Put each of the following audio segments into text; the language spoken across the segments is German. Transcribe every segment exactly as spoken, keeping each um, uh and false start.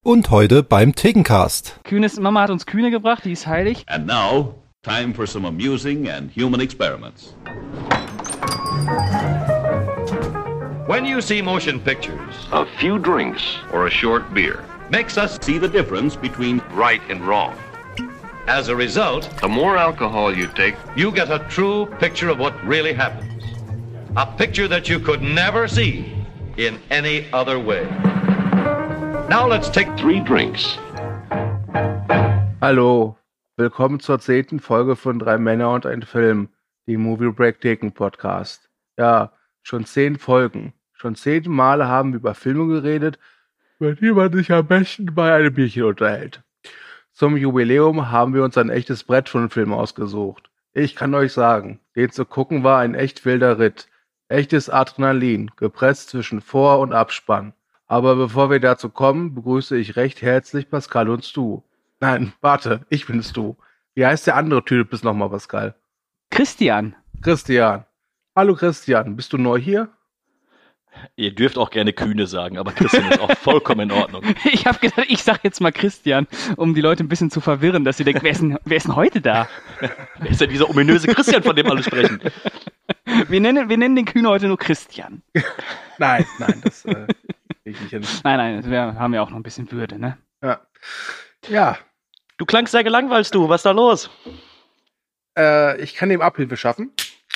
Und heute beim Thekencast. Kühnes Mama hat uns Kühne gebracht, die ist heilig. And now, time for some amusing and human experiments. When you see motion pictures, a few drinks or a short beer Makes us see the difference between right and wrong. As a result, the more alcohol you take, you get a true picture of what really happens. A picture that you could never see in any other way. Now let's take three drinks. Hallo, willkommen zur zehnten Folge von Drei Männer und ein Film, dem Movie Break Theken Podcast. Ja, schon zehn Folgen. Schon zehn Male haben wir über Filme geredet, über die man sich am besten bei einem Bierchen unterhält. Zum Jubiläum haben wir uns ein echtes Brett von einem Film ausgesucht. Ich kann euch sagen, den zu gucken war ein echt wilder Ritt. Echtes Adrenalin, gepresst zwischen Vor- und Abspann. Aber bevor wir dazu kommen, begrüße ich recht herzlich Pascal und Stu. Nein, warte, ich bin Stu. Wie heißt der andere Typ bis nochmal, Pascal? Christian. Christian. Hallo Christian, bist du neu hier? Ihr dürft auch gerne Kühne sagen, aber Christian ist auch vollkommen in Ordnung. Ich habe gedacht, ich sag jetzt mal Christian, um die Leute ein bisschen zu verwirren, dass sie denken, wer ist denn, wer ist denn heute da? Wer ist denn dieser ominöse Christian, von dem alle sprechen? Wir nennen, wir nennen den Kühne heute nur Christian. Nein, nein, das äh, krieg ich nicht hin. Nein, nein, wir haben ja auch noch ein bisschen Würde, ne? Ja. Ja. Du klangst sehr gelangweilt, du. Was ist da los? Äh, ich kann dem Abhilfe schaffen.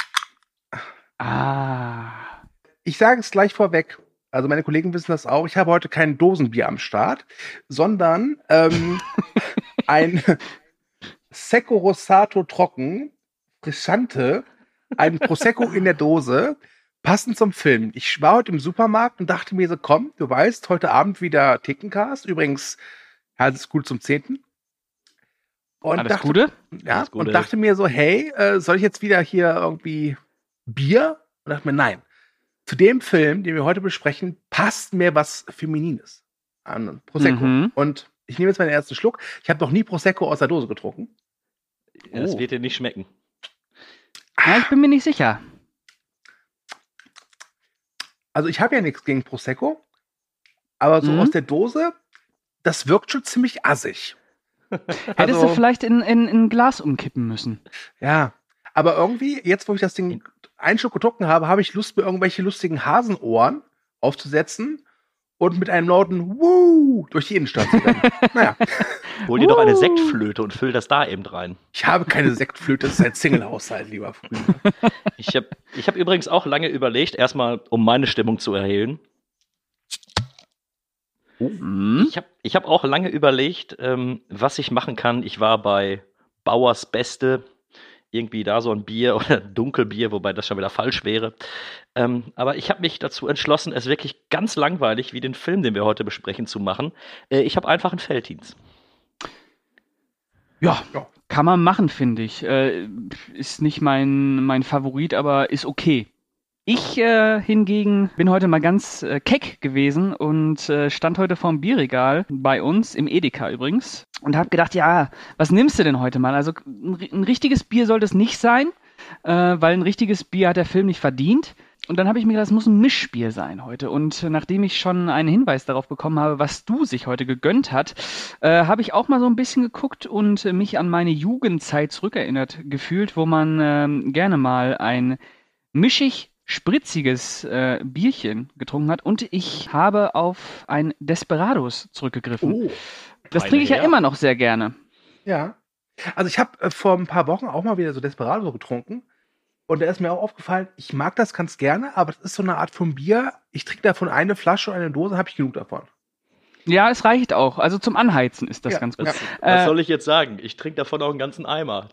Ah. Ich sage es gleich vorweg. Also meine Kollegen wissen das auch. Ich habe heute kein Dosenbier am Start, sondern ähm, ein Secco Rosato trocken, Frischante, ein Prosecco in der Dose, passend zum Film. Ich war heute im Supermarkt und dachte mir so, komm, du weißt, heute Abend wieder Thekencast. Übrigens, alles gut zum zehnten. Und Alles dachte, Gute? Ja, Alles Gute. und dachte mir so, hey, äh, soll ich jetzt wieder hier irgendwie Bier? Und dachte mir, nein. Zu dem Film, den wir heute besprechen, passt mir was Feminines an Prosecco. Mhm. Und ich nehme jetzt meinen ersten Schluck. Ich habe noch nie Prosecco aus der Dose getrunken. Ja, das Oh. wird dir nicht schmecken. Ja, ich bin mir nicht sicher. Also ich habe ja nichts gegen Prosecco, aber so Mhm. aus der Dose, das wirkt schon ziemlich assig. Hättest Also- du vielleicht in, in, in ein Glas umkippen müssen. Ja, aber irgendwie, jetzt wo ich das Ding einen Schluck getrunken habe, habe ich Lust, mir irgendwelche lustigen Hasenohren aufzusetzen und mit einem lauten Wuh durch die Innenstadt zu rennen. Naja, Hol dir doch eine Uh. Sektflöte und füll das da eben rein. ich habe keine Sektflöte, das ist ein Single-Haushalt, lieber Freund. Ich habe ich hab übrigens auch lange überlegt, erstmal, um meine Stimmung zu erhellen. Mhm. Ich habe ich hab auch lange überlegt, ähm, was ich machen kann. Ich war bei Bauers Beste, irgendwie da so ein Bier oder Dunkelbier, wobei das schon wieder falsch wäre. Ähm, aber ich habe mich dazu entschlossen, es wirklich ganz langweilig wie den Film, den wir heute besprechen, zu machen. Äh, ich habe einfach einen Felddienst. Ja, Ja. kann man machen, finde ich. Äh, ist nicht mein, mein Favorit, aber ist okay. Ich äh, hingegen bin heute mal ganz äh, keck gewesen und äh, stand heute vorm Bierregal bei uns, im Edeka übrigens, und habe gedacht, ja, was nimmst du denn heute mal? Also ein, ein richtiges Bier sollte es nicht sein, äh, weil ein richtiges Bier hat der Film nicht verdient. Und dann habe ich mir gedacht, es muss ein Mischbier sein heute. Und äh, nachdem ich schon einen Hinweis darauf bekommen habe, was du sich heute gegönnt hat, äh, habe ich auch mal so ein bisschen geguckt und äh, mich an meine Jugendzeit zurückerinnert gefühlt, wo man ähm, gerne mal ein mischig spritziges äh, Bierchen getrunken hat. Und ich habe auf ein Desperados zurückgegriffen. Oh, das Feine trinke ich ja Herren. immer noch sehr gerne. ja. Also ich habe äh, vor ein paar Wochen auch mal wieder so Desperado getrunken. Und da ist mir auch aufgefallen, ich mag das ganz gerne, aber das ist so eine Art von Bier. Ich trinke davon eine Flasche und eine Dose, habe ich genug davon. Ja, es reicht auch. Also zum Anheizen ist das Ja, ganz gut. ja. Was Äh, soll ich jetzt sagen? Ich trinke davon auch einen ganzen Eimer.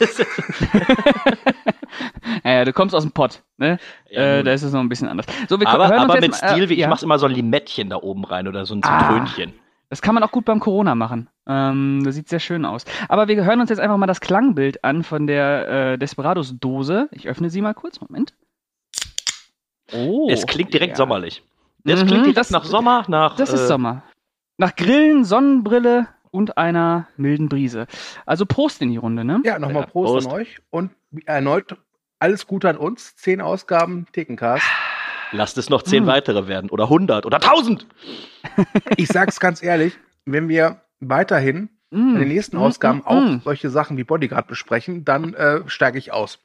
ja, du kommst aus dem Pott, ne? Ja, äh, nun. da ist es noch ein bisschen anders. So, wir aber hören uns aber jetzt mit mal- Stil, wie äh, ich ja. mach's immer so ein Limettchen da oben rein oder so ein Ah. Zitrönchen. Das kann man auch gut beim Corona machen. Ähm, das sieht sehr schön aus. Aber wir hören uns jetzt einfach mal das Klangbild an von der äh, Desperados-Dose. Ich öffne sie mal kurz. Moment. Oh. Es klingt direkt ja. sommerlich. Es Mhm, klingt direkt das- nach Sommer, nach. Das ist äh, Sommer. Nach Grillen, Sonnenbrille und einer milden Brise. Also Prost in die Runde, ne? Ja, nochmal Ja, Prost, Prost. an euch. Und erneut alles Gute an uns. Zehn Ausgaben Thekencast. Lasst es noch zehn Hm. weitere werden oder hundert oder tausend. Ich sag's ganz ehrlich, wenn wir weiterhin Mm. in den nächsten Mm, Ausgaben mm, auch mm. solche Sachen wie Bodyguard besprechen, dann äh, steige ich aus.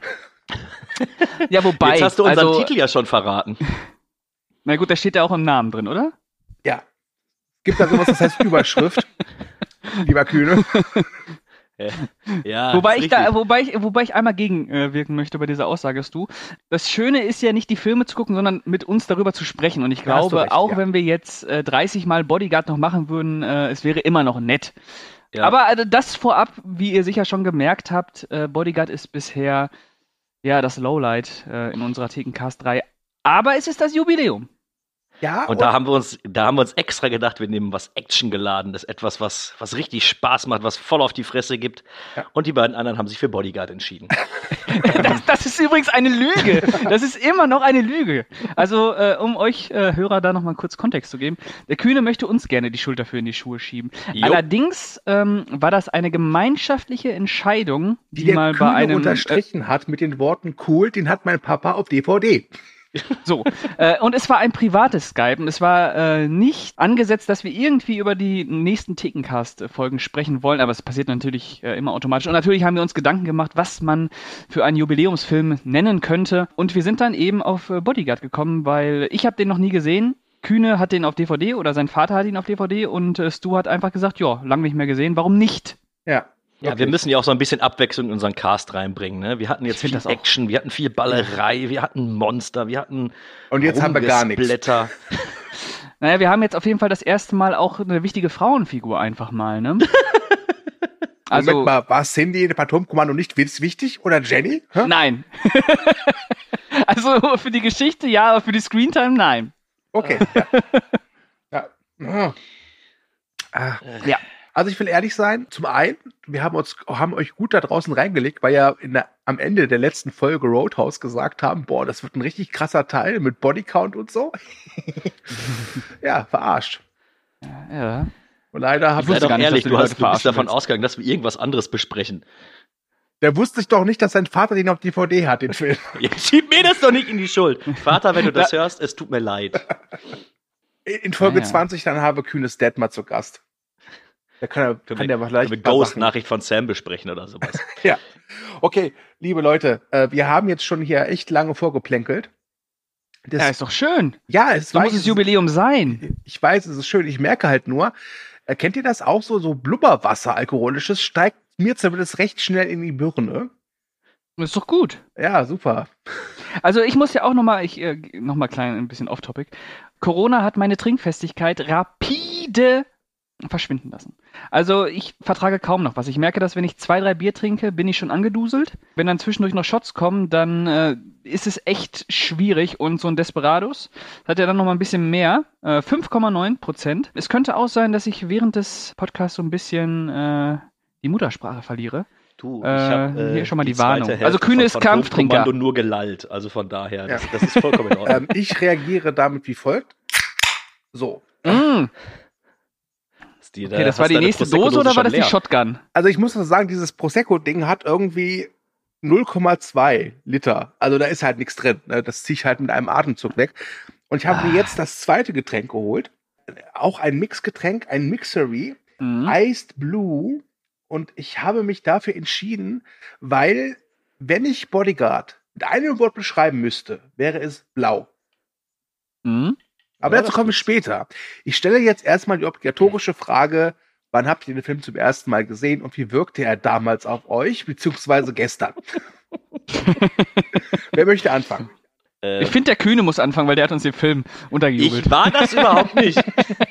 Ja, wobei. Jetzt hast du unseren also, Titel ja schon verraten. Na gut, da steht ja auch im Namen drin, oder? Ja. Gibt da sowas, das heißt Überschrift, lieber Kühne. Ja, wobei ist ich da, richtig. wobei ich, wobei ich einmal gegenwirken möchte bei dieser Aussage, du. Das Schöne ist ja nicht die Filme zu gucken, sondern mit uns darüber zu sprechen. Und ich Da hast du glaube, recht, auch ja. wenn wir jetzt äh, dreißig Mal Bodyguard noch machen würden, äh, es wäre immer noch nett. Ja. Aber also, das vorab, wie ihr sicher schon gemerkt habt, äh, Bodyguard ist bisher ja das Lowlight äh, in unserer Thekencast drei. Aber es ist das Jubiläum. Ja, Und da haben wir uns, da haben wir uns extra gedacht, wir nehmen was Actiongeladenes, etwas, was, was richtig Spaß macht, was voll auf die Fresse gibt. Ja. Und die beiden anderen haben sich für Bodyguard entschieden. Das, das ist übrigens eine Lüge. Das ist immer noch eine Lüge. Also, äh, um euch äh, Hörer da nochmal kurz Kontext zu geben. Der Kühne möchte uns gerne die Schuld dafür in die Schuhe schieben. Jo. Allerdings ähm, war das eine gemeinschaftliche Entscheidung, die, die der mal Kühne bei einem... Äh, unterstrichen hat mit den Worten cool, den hat mein Papa auf D V D. So, äh, und es war ein privates Skypen. Es war äh, nicht angesetzt, dass wir irgendwie über die nächsten Thekencast-Folgen sprechen wollen, aber es passiert natürlich äh, immer automatisch. Und natürlich haben wir uns Gedanken gemacht, was man für einen Jubiläumsfilm nennen könnte. Und wir sind dann eben auf äh, Bodyguard gekommen, weil ich habe den noch nie gesehen. Kühne hat den auf D V D oder sein Vater hat ihn auf D V D und äh, Stu hat einfach gesagt, ja, lange nicht mehr gesehen, warum nicht? Ja. Ja, Okay. wir müssen ja auch so ein bisschen Abwechslung in unseren Cast reinbringen. Ne? Wir hatten jetzt Ich find viel das auch. Action, wir hatten viel Ballerei, wir hatten Monster, wir hatten Und jetzt haben wir gar nichts. Rumgesplitter. Naja, wir haben jetzt auf jeden Fall das erste Mal auch eine wichtige Frauenfigur einfach mal, ne? Also, Moment mal, war Cindy in Atomkommando nicht wichtig oder Jenny? Hä? nein. Also für die Geschichte ja, aber für die Screentime nein. Okay. Ja. Ja. Ah. Ja. Also ich will ehrlich sein, zum einen, wir haben uns haben euch gut da draußen reingelegt, weil ja in der, am Ende der letzten Folge Roadhouse gesagt haben, boah, das wird ein richtig krasser Teil mit Bodycount und so. Ja, verarscht. Ja. Und leider Sei haben wusste doch gar nicht, ehrlich, dass du du, die hast, Leute du bist verarschen davon willst. ausgegangen, dass wir irgendwas anderes besprechen. Der wusste ich doch nicht, dass sein Vater den auf D V D hat, den Film. Jetzt schieb mir das doch nicht in die Schuld. Vater, wenn du das hörst, es tut mir leid. In Folge Ah, ja. zwanzig dann habe Kühnes Dad mal zu Gast. Da kann, er, Können kann wir, der vielleicht können ein wir paar Sachen- Ghost-Nachricht von Sam besprechen oder sowas. Ja. Okay, liebe Leute, äh, wir haben jetzt schon hier echt lange vorgeplänkelt. Das, Ja, ist doch schön. ja, es So weiß, muss das Jubiläum sein. ich weiß, es ist schön. Ich merke halt nur, äh, kennt ihr das auch so, so Blubberwasser, alkoholisches, steigt mir zumindest recht schnell in die Birne. Ist doch gut. Ja, super. Also ich muss ja auch nochmal, ich äh, nochmal klein ein bisschen off-topic. Corona hat meine Trinkfestigkeit rapide verschwinden lassen. Also ich vertrage kaum noch was. Ich merke, dass wenn ich zwei, drei Bier trinke, bin ich schon angeduselt. Wenn dann zwischendurch noch Shots kommen, dann äh, ist es echt schwierig. Und so ein Desperados hat ja dann nochmal ein bisschen mehr. Äh, fünf Komma neun Prozent. Es könnte auch sein, dass ich während des Podcasts so ein bisschen äh, die Muttersprache verliere. Du, Äh, ich habe hier schon mal die zweite Warnung. Hälfte Also Kühne von- ist von Kampftrinker. Kommando nur gelallt, also von daher, das, Ja. das ist vollkommen in Ordnung. Ähm, ich reagiere damit wie folgt. So. Mm. Ist die- Okay, da das war hast die deine nächste Prosecco-Dose Dose oder war schon das die leer. Shotgun? Also ich muss nur sagen, dieses Prosecco-Ding hat irgendwie null Komma zwei Liter. Also da ist halt nichts drin. Ne? Das ziehe ich halt mit einem Atemzug weg. Und ich habe mir jetzt das zweite Getränk geholt. Auch ein Mixgetränk, ein Mixery. Mhm. Iced Blue. Und ich habe mich dafür entschieden, weil, wenn ich Bodyguard mit einem Wort beschreiben müsste, wäre es blau. Mhm. Aber Ja, dazu das komme ich später. Ich stelle jetzt erstmal die obligatorische Frage, wann habt ihr den Film zum ersten Mal gesehen und wie wirkte er damals auf euch, beziehungsweise gestern? Wer möchte anfangen? Äh, Ich finde, der Kühne muss anfangen, weil der hat uns den Film untergejubelt. ich war das überhaupt nicht.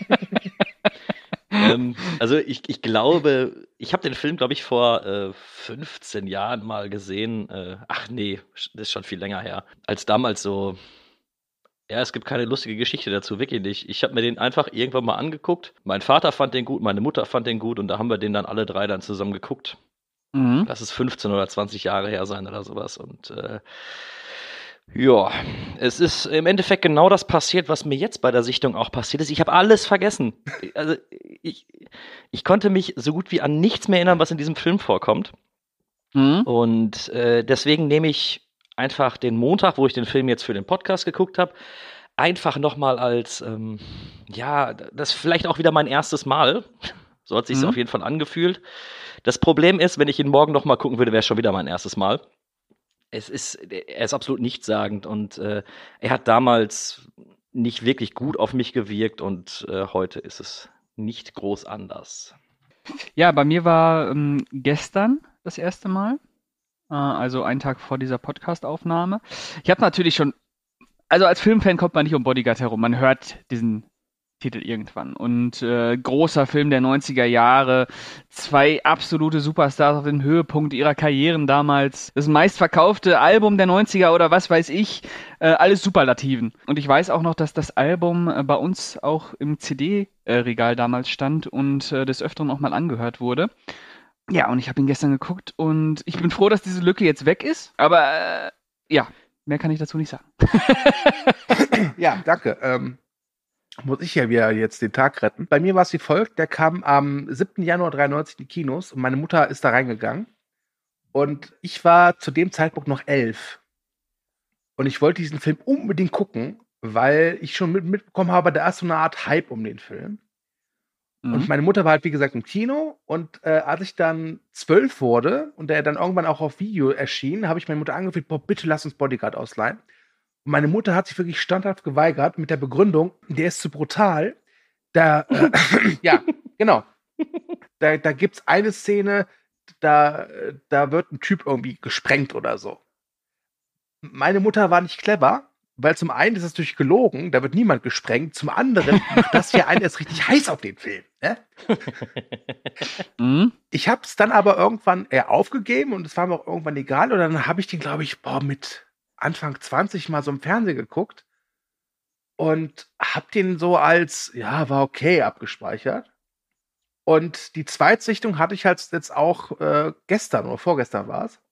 ähm, also ich, ich glaube, ich habe den Film, glaube ich, vor äh, fünfzehn Jahren mal gesehen. Äh, ach nee, das ist schon viel länger her. Als damals so, ja, es gibt keine lustige Geschichte dazu, wirklich nicht. Ich habe mir den einfach irgendwann mal angeguckt. Mein Vater fand den gut, meine Mutter fand den gut und da haben wir den dann alle drei dann zusammen geguckt. Mhm. Lass es fünfzehn oder zwanzig Jahre her sein oder sowas. Und äh, ja, es ist im Endeffekt genau das passiert, was mir jetzt bei der Sichtung auch passiert ist. Ich habe alles vergessen. Also ich, ich konnte mich so gut wie an nichts mehr erinnern, was in diesem Film vorkommt. Mhm. Und äh, deswegen nehme ich einfach den Montag, wo ich den Film jetzt für den Podcast geguckt habe, einfach nochmal als, ähm, ja, das ist vielleicht auch wieder mein erstes Mal. So hat sich's Mhm. auf jeden Fall angefühlt. Das Problem ist, wenn ich ihn morgen nochmal gucken würde, wäre es schon wieder mein erstes Mal. Es ist, er ist absolut nichtssagend und äh, er hat damals nicht wirklich gut auf mich gewirkt und äh, heute ist es nicht groß anders. Ja, bei mir war ähm, gestern das erste Mal, äh, also einen Tag vor dieser Podcast-Aufnahme. Ich habe natürlich schon, also als Filmfan kommt man nicht um Bodyguard herum, man hört diesen Titel irgendwann. Und äh, großer Film der neunziger Jahre, zwei absolute Superstars auf dem Höhepunkt ihrer Karrieren damals, das meistverkaufte Album der neunziger oder was weiß ich, äh, alles Superlativen. Und ich weiß auch noch, dass das Album äh, bei uns auch im C D-Regal damals stand und äh, des Öfteren auch mal angehört wurde. Ja, und ich habe ihn gestern geguckt und ich bin froh, dass diese Lücke jetzt weg ist, aber äh, ja, mehr kann ich dazu nicht sagen. Ja, danke. Ähm, muss ich ja wieder jetzt den Tag retten. Bei mir war es wie folgt, der kam am siebten Januar dreiundneunzig in die Kinos und meine Mutter ist da reingegangen. Und ich war zu dem Zeitpunkt noch elf. Und ich wollte diesen Film unbedingt gucken, weil ich schon mit, mitbekommen habe, da ist so eine Art Hype um den Film. Mhm. Und meine Mutter war halt, wie gesagt, im Kino. Und äh, als ich dann zwölf wurde und der dann irgendwann auch auf Video erschien, habe ich meine Mutter angeführt, boah, bitte lass uns Bodyguard ausleihen. Und meine Mutter hat sich wirklich standhaft geweigert mit der Begründung, der ist zu brutal. Da, äh, ja, genau. Da, da gibt es eine Szene, da, da wird ein Typ irgendwie gesprengt oder so. Meine Mutter war nicht clever, weil zum einen ist es natürlich gelogen, da wird niemand gesprengt. Zum anderen macht das ja einen erst richtig heiß auf den Film. Ne? Mhm. Ich habe es dann aber irgendwann eher aufgegeben und es war mir auch irgendwann egal. Und dann habe ich den, glaube ich, boah, mit Anfang zwanzig mal so im Fernsehen geguckt und hab den so als, ja, war okay abgespeichert. Und die Zweitsichtung hatte ich halt jetzt auch äh, gestern oder vorgestern war es.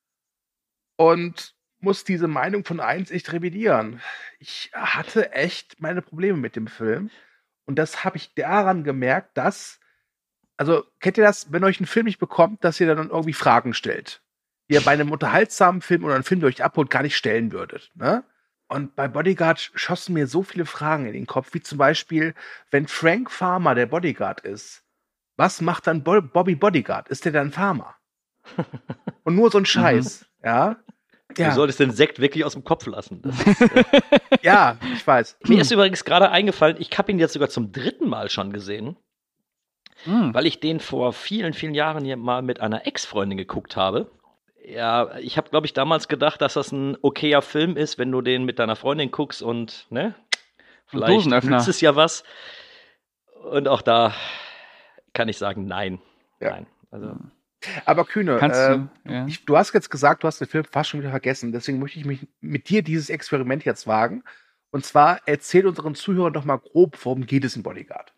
Und muss diese Meinung von eins echt revidieren. Ich hatte echt meine Probleme mit dem Film. Und das habe ich daran gemerkt, dass, also kennt ihr das, wenn euch ein Film nicht bekommt, dass ihr dann irgendwie Fragen stellt, die ihr bei einem unterhaltsamen Film oder einem Film, der euch abholt, gar nicht stellen würdet. Ne? Und bei Bodyguard schossen mir so viele Fragen in den Kopf, wie zum Beispiel, wenn Frank Farmer der Bodyguard ist, was macht dann Bo- Bobby Bodyguard? Ist der dann Farmer? Und nur so ein Scheiß, ja? Du solltest den Sekt wirklich aus dem Kopf lassen. Das ist, äh Ja, ich weiß. Mir ist übrigens gerade eingefallen, ich habe ihn jetzt sogar zum dritten Mal schon gesehen, Mhm. weil ich den vor vielen, vielen Jahren hier mal mit einer Ex-Freundin geguckt habe. Ja, ich habe, glaube ich, damals gedacht, dass das ein okayer Film ist, wenn du den mit deiner Freundin guckst und, ne, vielleicht Dosenöffner. nützt es ja was. Und auch da kann ich sagen, nein. Ja. Nein. Also, Aber Kühne, Kannst äh, du, ja. ich, du hast jetzt gesagt, du hast den Film fast schon wieder vergessen. Deswegen möchte ich mich mit dir dieses Experiment jetzt wagen. Und zwar erzähl unseren Zuhörern doch mal grob, worum geht es in Bodyguard.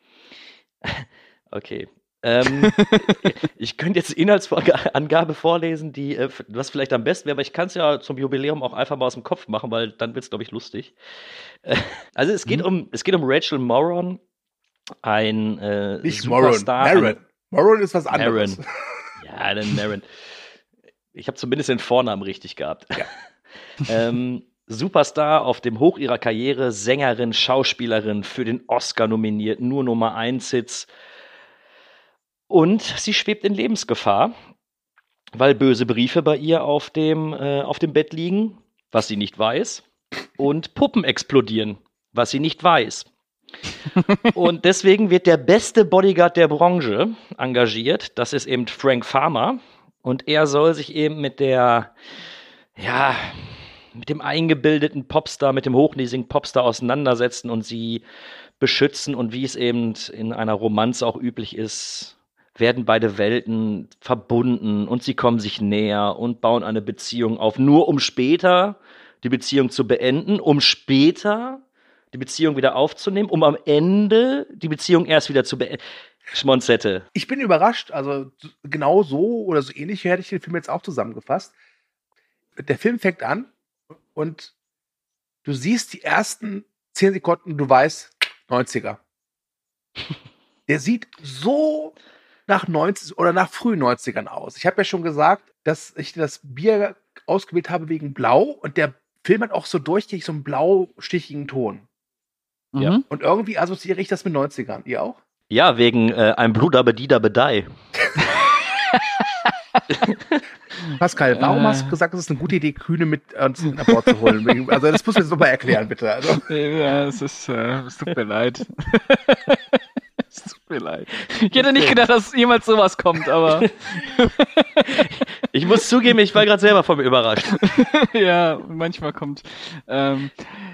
okay. Ähm, ich könnte jetzt die Inhaltsangabe vorlesen, die äh, was vielleicht am besten wäre, aber ich kann es ja zum Jubiläum auch einfach mal aus dem Kopf machen, weil dann wird es, glaube ich, lustig. Äh, also es geht Mhm. um es geht um Rachel Moron, ein äh, Nicht Moron, Superstar. Maron. Moron ist was anderes. Maron. Ja, dann Maron. Ich habe zumindest den Vornamen richtig gehabt. Ja. ähm, Superstar auf dem Hoch ihrer Karriere, Sängerin, Schauspielerin, für den Oscar nominiert, nur Nummer eins Hits. Und sie schwebt in Lebensgefahr, weil böse Briefe bei ihr auf dem, äh, auf dem Bett liegen, was sie nicht weiß, und Puppen explodieren, was sie nicht weiß. Und deswegen wird der beste Bodyguard der Branche engagiert. Das ist eben Frank Farmer. Und er soll sich eben mit der, ja, mit dem eingebildeten Popstar, mit dem hochnäsigen Popstar auseinandersetzen und sie beschützen. Und wie es eben in einer Romanze auch üblich ist, werden beide Welten verbunden und sie kommen sich näher und bauen eine Beziehung auf, nur um später die Beziehung zu beenden, um später die Beziehung wieder aufzunehmen, um am Ende die Beziehung erst wieder zu beenden. Schmonzette. Ich bin überrascht, also genau so oder so ähnlich hätte ich den Film jetzt auch zusammengefasst. Der Film fängt an und du siehst die ersten zehn Sekunden, du weißt, neunziger. Der sieht so nach neunzig oder nach frühen neunzigern aus. Ich habe ja schon gesagt, dass ich das Bier ausgewählt habe wegen Blau und der Film hat auch so durchgängig so einen blau-stichigen Ton. Ja. Mhm. Und irgendwie assoziiere ich das mit neunzigern. Ihr auch? Ja, wegen äh, ein Bludabedidabedei. Pascal, warum Äh. hast du gesagt, es ist eine gute Idee, Kühne mit uns an Bord zu holen? Also das musst du jetzt nochmal erklären, bitte. Also, Ja, es ist, äh, es tut mir leid. Es tut mir leid. Ich hätte nicht gedacht, dass jemals sowas kommt, aber Ich muss zugeben, ich war gerade selber von mir überrascht. ja, manchmal kommt. Ähm,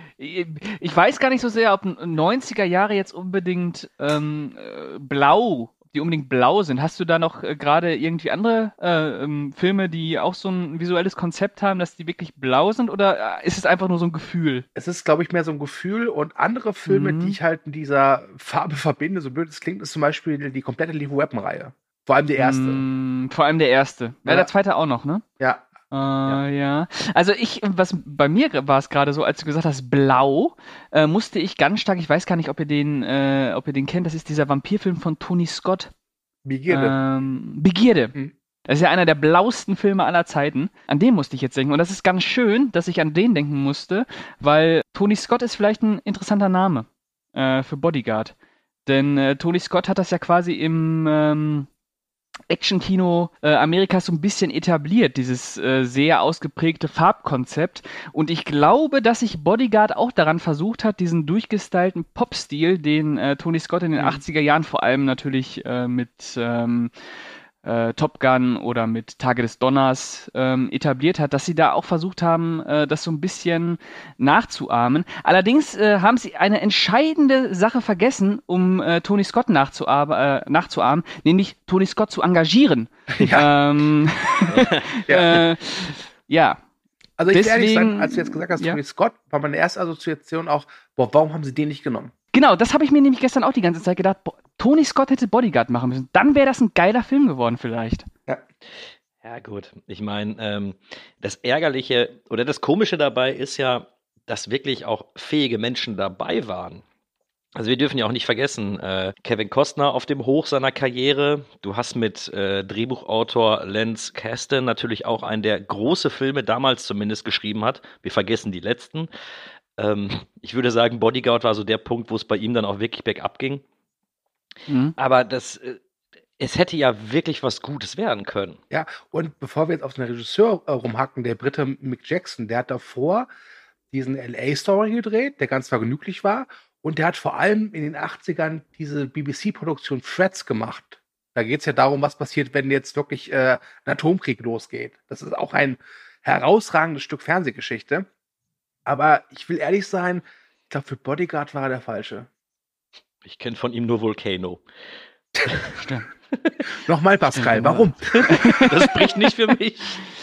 ich weiß gar nicht so sehr, ob neunziger Jahre jetzt unbedingt ähm, äh, blau, ob die unbedingt blau sind. Hast du da noch äh, gerade irgendwie andere äh, ähm, Filme, die auch so ein visuelles Konzept haben, dass die wirklich blau sind, oder äh, ist es einfach nur so ein Gefühl? es ist, glaube ich, mehr so ein Gefühl. Und andere Filme, Mhm. die ich halt in dieser Farbe verbinde, so blöd es klingt, ist zum Beispiel die komplette Lethal Weapon-Reihe. Vor allem die erste. Mm, vor allem der erste. Ja, Ja. der zweite auch noch, ne? Ja, Äh, ja. Also ich, was bei mir war es gerade so, als du gesagt hast, blau, äh, musste ich ganz stark, ich weiß gar nicht, ob ihr den, äh, ob ihr den kennt, das ist dieser Vampirfilm von Tony Scott. Begierde. Ähm, Begierde. Mhm. Das ist ja einer der blauesten Filme aller Zeiten. An den musste ich jetzt denken. Und das ist ganz schön, dass ich an den denken musste, weil Tony Scott ist vielleicht ein interessanter Name äh, für Bodyguard. Denn äh, Tony Scott hat das ja quasi im ähm, Action-Kino äh, Amerikas so ein bisschen etabliert, dieses äh, sehr ausgeprägte Farbkonzept. Und ich glaube, dass sich Bodyguard auch daran versucht hat, diesen durchgestylten Pop-Stil, den äh, Tony Scott in den Mhm. achtziger Jahren vor allem natürlich äh, mit ähm, äh, Top Gun oder mit Tage des Donners ähm, etabliert hat, dass sie da auch versucht haben, äh, das so ein bisschen nachzuahmen. Allerdings äh, haben sie eine entscheidende Sache vergessen, um äh, Tony Scott nachzuar- äh, nachzuahmen, nämlich Tony Scott zu engagieren. Ja. Ähm, Ja. äh, ja. Also ich will ehrlich deswegen- sagen, als du jetzt gesagt hast, ja. Tony Scott, war meine erste Assoziation auch, boah, warum haben sie den nicht genommen? Genau, das habe ich mir nämlich gestern auch die ganze Zeit gedacht. Boah, Tony Scott hätte Bodyguard machen müssen. Dann wäre das ein geiler Film geworden vielleicht. Ja, gut. Ich meine, ähm, das Ärgerliche oder das Komische dabei ist ja, dass wirklich auch fähige Menschen dabei waren. Also wir dürfen ja auch nicht vergessen, äh, Kevin Costner auf dem Hoch seiner Karriere. Du hast mit äh, Drehbuchautor Lance Kasdan natürlich auch einen, der große Filme damals zumindest geschrieben hat. Wir vergessen die letzten. Ähm, ich würde sagen, Bodyguard war so der Punkt, wo es bei ihm dann auch wirklich bergab ging. Mhm. Aber das, äh, es hätte ja wirklich was Gutes werden können. Ja, und bevor wir jetzt auf den Regisseur äh, rumhacken, der Brite Mick Jackson, der hat davor diesen L A-Story gedreht, der ganz vergnüglich war. Und der hat vor allem in den achtzigern diese B B C-Produktion Threads gemacht. Da geht es ja darum, was passiert, wenn jetzt wirklich äh, ein Atomkrieg losgeht. Das ist auch ein herausragendes Stück Fernsehgeschichte. Aber ich will ehrlich sein, ich glaube, für Bodyguard war er der Falsche. Ich kenne von ihm nur Volcano. Stimmt. Nochmal, Pascal, Ja. warum? Das spricht nicht für mich.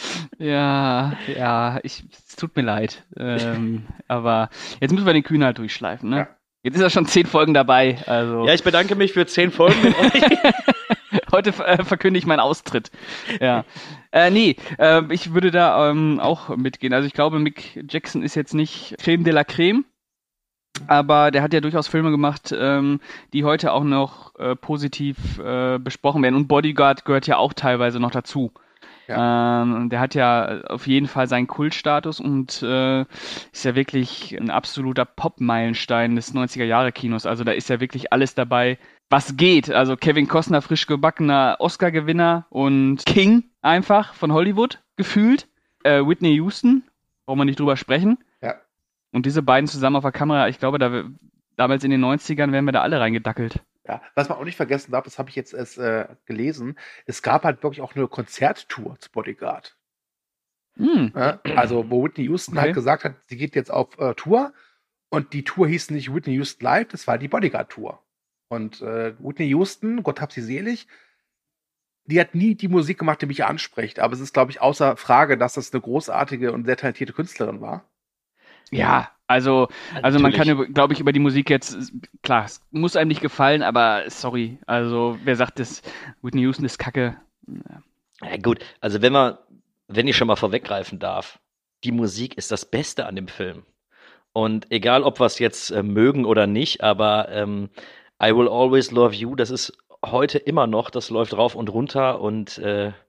Ja, ja, ich, es tut mir leid. Ähm, aber jetzt müssen wir den Kühn halt durchschleifen, ne? Ja. Jetzt ist er schon zehn Folgen dabei, also Ja, ich bedanke mich für zehn Folgen mit euch. heute äh, verkünde ich meinen Austritt. Ja. Äh, nee, äh, ich würde da ähm, auch mitgehen. Also ich glaube, Mick Jackson ist jetzt nicht Creme de la Creme, aber der hat ja durchaus Filme gemacht, ähm, die heute auch noch äh, positiv äh, besprochen werden. Und Bodyguard gehört ja auch teilweise noch dazu. Ähm, der hat ja auf jeden Fall seinen Kultstatus und äh, ist ja wirklich ein absoluter Pop-Meilenstein des neunziger-Jahre-Kinos. Also da ist ja wirklich alles dabei, was geht. Also Kevin Costner, frisch gebackener Oscar-Gewinner und King einfach von Hollywood gefühlt. Äh, Whitney Houston, brauchen wir nicht drüber sprechen. Ja. Und diese beiden zusammen auf der Kamera, ich glaube, da, damals in den neunzigern wären wir da alle reingedackelt. Ja, was man auch nicht vergessen darf, das habe ich jetzt erst äh, gelesen, es gab halt wirklich auch eine Konzerttour zu Bodyguard. Hm. Ja, also, wo Whitney Houston Okay. halt gesagt hat, sie geht jetzt auf äh, Tour und die Tour hieß nicht Whitney Houston Live, das war die Bodyguard-Tour. Und äh, Whitney Houston, Gott hab sie selig, die hat nie die Musik gemacht, die mich anspricht, aber es ist, glaube ich, außer Frage, dass das eine großartige und sehr talentierte Künstlerin war. Ja, also, also man kann, Natürlich. glaube ich, über die Musik jetzt, klar, es muss einem nicht gefallen, aber sorry, also wer sagt das, Whitney Houston ist Kacke. Ja, gut, also wenn man, wenn ich schon mal vorweggreifen darf, die Musik ist das Beste an dem Film. Und egal, ob wir es jetzt äh, mögen oder nicht, aber ähm, I Will Always Love You, das ist heute immer noch, das läuft rauf und runter und äh,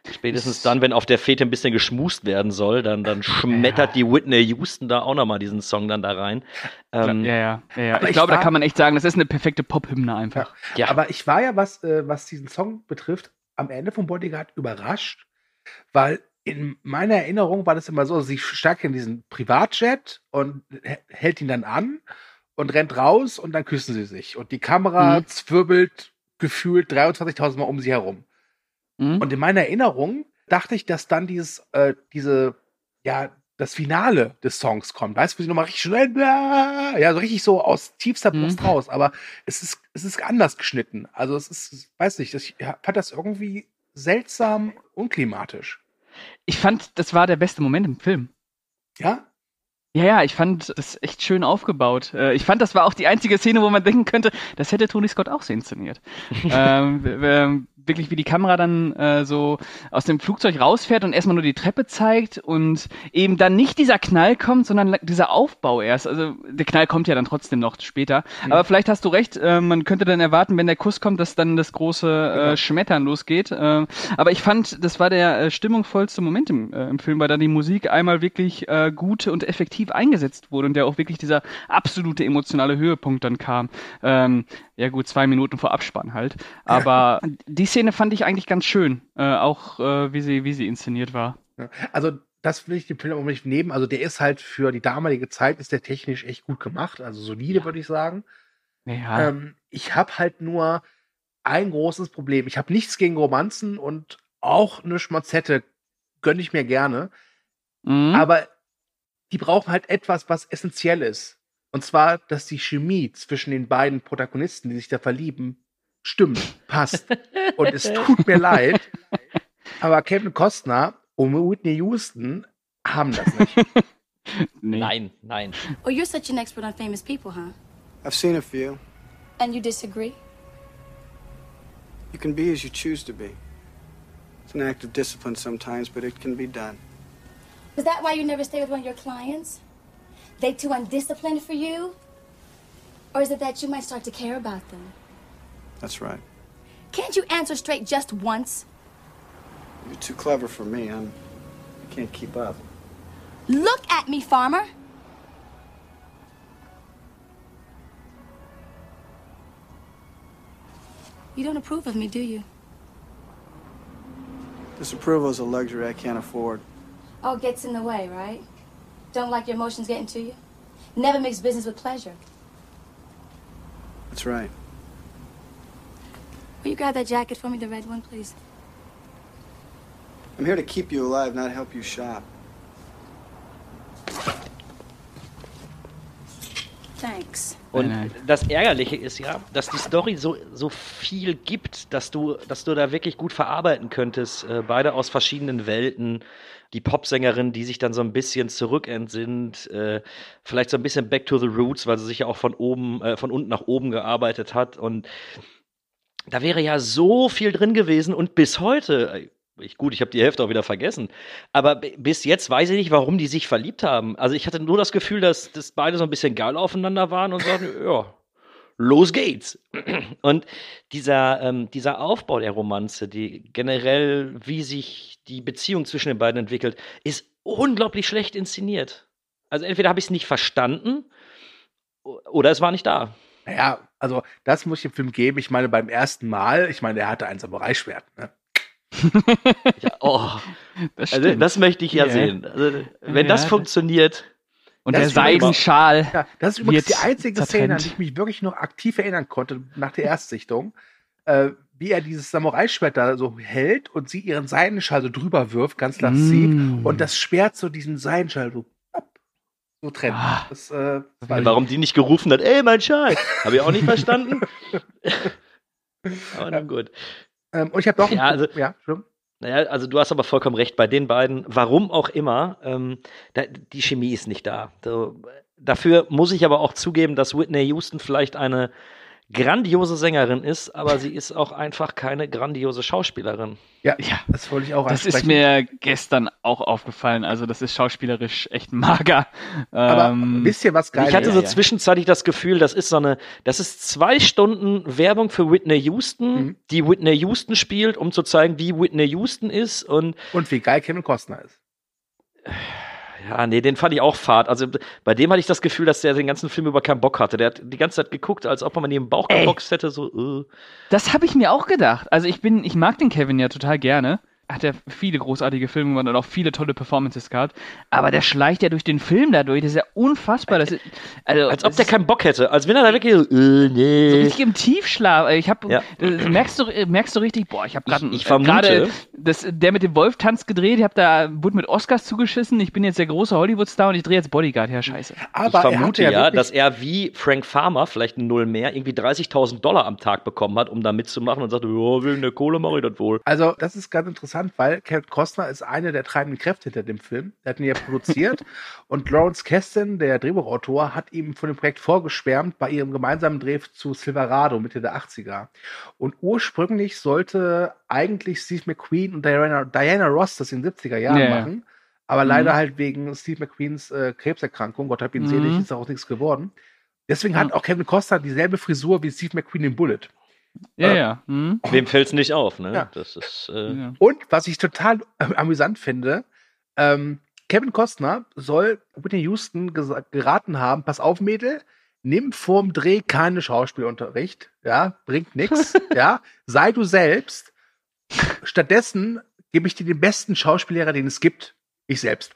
Spätestens dann, wenn auf der Fete ein bisschen geschmust werden soll, dann, dann schmettert ja. die Whitney Houston da auch nochmal diesen Song dann da rein. Ähm, ja, ja, ja. ja. Ich, ich glaube, war, da kann man echt sagen, das ist eine perfekte Pop-Hymne einfach. Ja. Ja. Aber ich war ja, was, äh, was diesen Song betrifft, am Ende vom Bodyguard überrascht, weil in meiner Erinnerung war das immer so, sie steigt in diesen Privatjet und hält ihn dann an und rennt raus und dann küssen sie sich. Und die Kamera mhm. zwirbelt gefühlt dreiundzwanzigtausend Mal um sie herum. Mhm. Und in meiner Erinnerung dachte ich, dass dann dieses, äh, diese, ja, das Finale des Songs kommt. Weißt du, wo sie nochmal richtig schnell, ja, so richtig so aus tiefster Brust mhm. raus. Aber es ist, es ist anders geschnitten. Also es ist, weiß nicht, ich fand das irgendwie seltsam unklimatisch. Ich fand, das war der beste Moment im Film. Ja? Ja, ja, ich fand das echt schön aufgebaut. Ich fand, das war auch die einzige Szene, wo man denken könnte, das hätte Tony Scott auch so inszeniert. ähm, wirklich, wie die Kamera dann äh, so aus dem Flugzeug rausfährt und erstmal nur die Treppe zeigt und eben dann nicht dieser Knall kommt, sondern dieser Aufbau erst. Also der Knall kommt ja dann trotzdem noch später. Mhm. Aber vielleicht hast du recht, äh, man könnte dann erwarten, wenn der Kuss kommt, dass dann das große äh, Schmettern losgeht. Äh, aber ich fand, das war der äh, stimmungsvollste Moment im, äh, im Film, weil dann die Musik einmal wirklich äh, gut und effektiv eingesetzt wurde und ja auch wirklich dieser absolute emotionale Höhepunkt dann kam. Ähm, ja gut, zwei Minuten vor Abspann halt. Aber ja. die Szene fand ich eigentlich ganz schön, äh, auch äh, wie sie wie sie inszeniert war. Also das will ich dem Film auch nicht nehmen. Also der ist halt für die damalige Zeit, ist der technisch echt gut gemacht. Also solide, ja. würde ich sagen. Ja. Ähm, ich habe halt nur ein großes Problem. Ich habe nichts gegen Romanzen und auch eine Schmonzette gönne ich mir gerne. Mhm. Aber die brauchen halt etwas, was essentiell ist. Und zwar, dass die Chemie zwischen den beiden Protagonisten, die sich da verlieben, stimmt, passt. Und es tut mir leid, aber Kevin Costner und Whitney Houston haben das nicht. Nee. Nein, nein. Oh, you're such an expert on famous people, huh? I've seen a few. And you disagree? You can be as you choose to be. It's an act of discipline sometimes, but it can be done. Is that why you never stay with one of your clients? They too undisciplined for you? Or is it that you might start to care about them? That's right. Can't you answer straight just once? You're too clever for me. I'm, I can't keep up. Look at me, Farmer. You don't approve of me, do you? Disapproval is a luxury I can't afford. Oh, gets in the way, right? Don't like your emotions getting to you? Never mix business with pleasure. That's right. Will you grab that jacket for me, the red one, please? I'm here to keep you alive, not help you shop. Thanks. Und das Ärgerliche ist ja, dass die Story so, so viel gibt, dass du, dass du da wirklich gut verarbeiten könntest. Äh, beide aus verschiedenen Welten. Die Popsängerin, die sich dann so ein bisschen zurückentsinnt, äh, vielleicht so ein bisschen back to the roots, weil sie sich ja auch von oben, äh, von unten nach oben gearbeitet hat. Und da wäre ja so viel drin gewesen. Und bis heute, ich, gut, ich habe die Hälfte auch wieder vergessen, aber b- bis jetzt weiß ich nicht, warum die sich verliebt haben. Also ich hatte nur das Gefühl, dass, dass beide so ein bisschen geil aufeinander waren und sagten, ja, los geht's. Und dieser, ähm, dieser Aufbau der Romanze, die generell, wie sich die Beziehung zwischen den beiden entwickelt, ist unglaublich schlecht inszeniert. Also entweder habe ich es nicht verstanden oder es war nicht da. Naja, also das muss ich dem Film geben. Ich meine, beim ersten Mal, ich meine, er hatte ein Samurai-Schwert, ne? Ja, oh, das, also, das möchte ich ja, ja. sehen. Also, wenn ja, das funktioniert. Und der Seidenschal. Ja, das ist übrigens die einzige zertrennt. Szene, an die ich mich wirklich noch aktiv erinnern konnte nach der Erstsichtung. Äh, wie er dieses Samurai-Schwert da so hält und sie ihren Seidenschal so drüber wirft, ganz lasziv. Mm. Und das Schwert so diesen Seidenschal so, so trennt. Ah. Das, äh, Warum die nicht gerufen hat, ey, mein Schal. Habe ich auch nicht verstanden. Aber nun gut. Ähm, und ich habe doch ja, also, ja, schlimm. Naja, also du hast aber vollkommen recht, bei den beiden, warum auch immer, ähm, da, die Chemie ist nicht da. So, dafür muss ich aber auch zugeben, dass Whitney Houston vielleicht eine grandiose Sängerin ist, aber sie ist auch einfach keine grandiose Schauspielerin. Ja, Ja. das wollte ich auch Das ansprechen. ist mir gestern auch aufgefallen. Also das ist schauspielerisch echt mager. Aber Ähm, wisst ihr, was geil Ich hatte ist? so ja. zwischenzeitlich das Gefühl, das ist so eine, das ist zwei Stunden Werbung für Whitney Houston, Mhm. die Whitney Houston spielt, um zu zeigen, wie Whitney Houston ist. Und Und wie geil Kevin Costner ist. ja, nee, den fand ich auch fad. Also bei dem hatte ich das Gefühl, dass der den ganzen Film über keinen Bock hatte. Der hat die ganze Zeit geguckt, als ob man ihm im Bauch Ey. geboxt hätte. So, äh. Das habe ich mir auch gedacht. Also ich bin, ich mag den Kevin ja total gerne. Hat ja viele großartige Filme gemacht und auch viele tolle Performances gehabt. Aber der schleicht ja durch den Film dadurch. Das ist ja unfassbar. Das ist, also, Als ob das der ist keinen Bock hätte. Als wenn er da wirklich so, äh, so nee. richtig im Tiefschlaf. Ich hab, Ja. äh, merkst du, äh, merkst du richtig, boah, ich habe gerade Ich- ich vermute- gerade das, der mit dem Wolf-Tanz gedreht. Ich habe da wurde mit Oscars zugeschissen. Ich bin jetzt der große Hollywood-Star und ich drehe jetzt Bodyguard. Ja, scheiße. Aber Ich er vermute hatte ja, ja, wirklich, dass er wie Frank Farmer, vielleicht ein Null mehr, irgendwie dreißigtausend Dollar am Tag bekommen hat, um da mitzumachen und sagte, ja, wegen der Kohle mache ich das wohl. Also, das ist ganz interessant, weil Kevin Costner ist eine der treibenden Kräfte hinter dem Film. Er hat ihn ja produziert und Lawrence Kasdan, der Drehbuchautor, hat ihm von dem Projekt vorgeschwärmt bei ihrem gemeinsamen Dreh zu Silverado Mitte der achtziger. Und ursprünglich sollte eigentlich Steve McQueen und Diana, Diana Ross das in den siebziger Jahren Ja, ja. machen. Aber Mhm. leider halt wegen Steve McQueens äh, Krebserkrankung, Gott hab ihn Mhm. selig, ist auch nichts geworden. Deswegen hat Mhm. auch Kevin Costner dieselbe Frisur wie Steve McQueen in Bullet. Ja, Äh, ja. Hm? Wem fällt's nicht auf, ne? Ja. Das ist, äh, ja. Und was ich total äh, amüsant finde, ähm, Kevin Costner soll Whitney Houston gesa- geraten haben, pass auf, Mädel, nimm vorm Dreh keinen Schauspielunterricht, ja, bringt nix, ja, sei du selbst. Stattdessen gebe ich dir den besten Schauspiellehrer, den es gibt, ich selbst.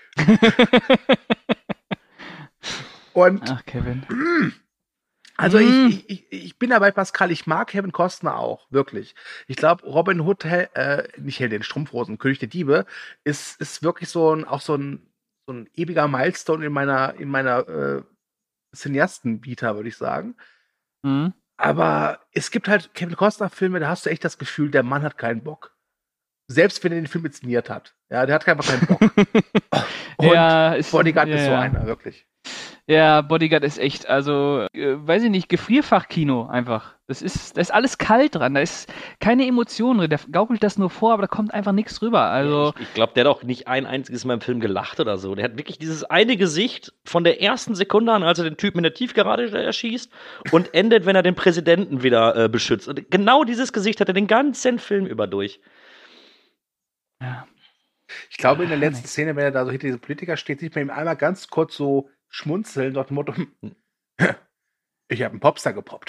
Und Ach, Kevin. also Mm. ich, ich, ich, ich bin dabei, Pascal, ich mag Kevin Costner auch, wirklich. Ich glaube, Robin Hood, Hel- äh, nicht Held in Strumpfhosen, König der Diebe, ist, ist wirklich so ein, auch so ein, so ein ewiger Milestone in meiner, in meiner äh, Cineasten-Vita, würde ich sagen. Hm? Aber es gibt halt Kevin Costner-Filme, da hast du echt das Gefühl, der Mann hat keinen Bock. Selbst wenn er den Film inszeniert hat. Ja, der hat einfach keinen Bock. Und Ja, ist- Bodyguard ja, ist so ja. einer, wirklich. Ja, Bodyguard ist echt, also, äh, weiß ich nicht, Gefrierfachkino einfach. Das ist, da ist alles kalt dran, da ist keine Emotion drin, der gaukelt das nur vor, aber da kommt einfach nichts rüber. Also, ich, ich glaube, der hat auch nicht ein einziges Mal im Film gelacht oder so. Der hat wirklich dieses eine Gesicht von der ersten Sekunde an, als er den Typen in der Tiefgarage erschießt und endet, wenn er den Präsidenten wieder äh, beschützt. Und genau dieses Gesicht hat er den ganzen Film über durch. ja. Ich glaube, in der Ah, letzten nice. Szene, wenn er da so hinter diesem Politiker steht, sieht man ihm einmal ganz kurz so schmunzeln, nach dem Motto, ich habe einen Popstar gepoppt.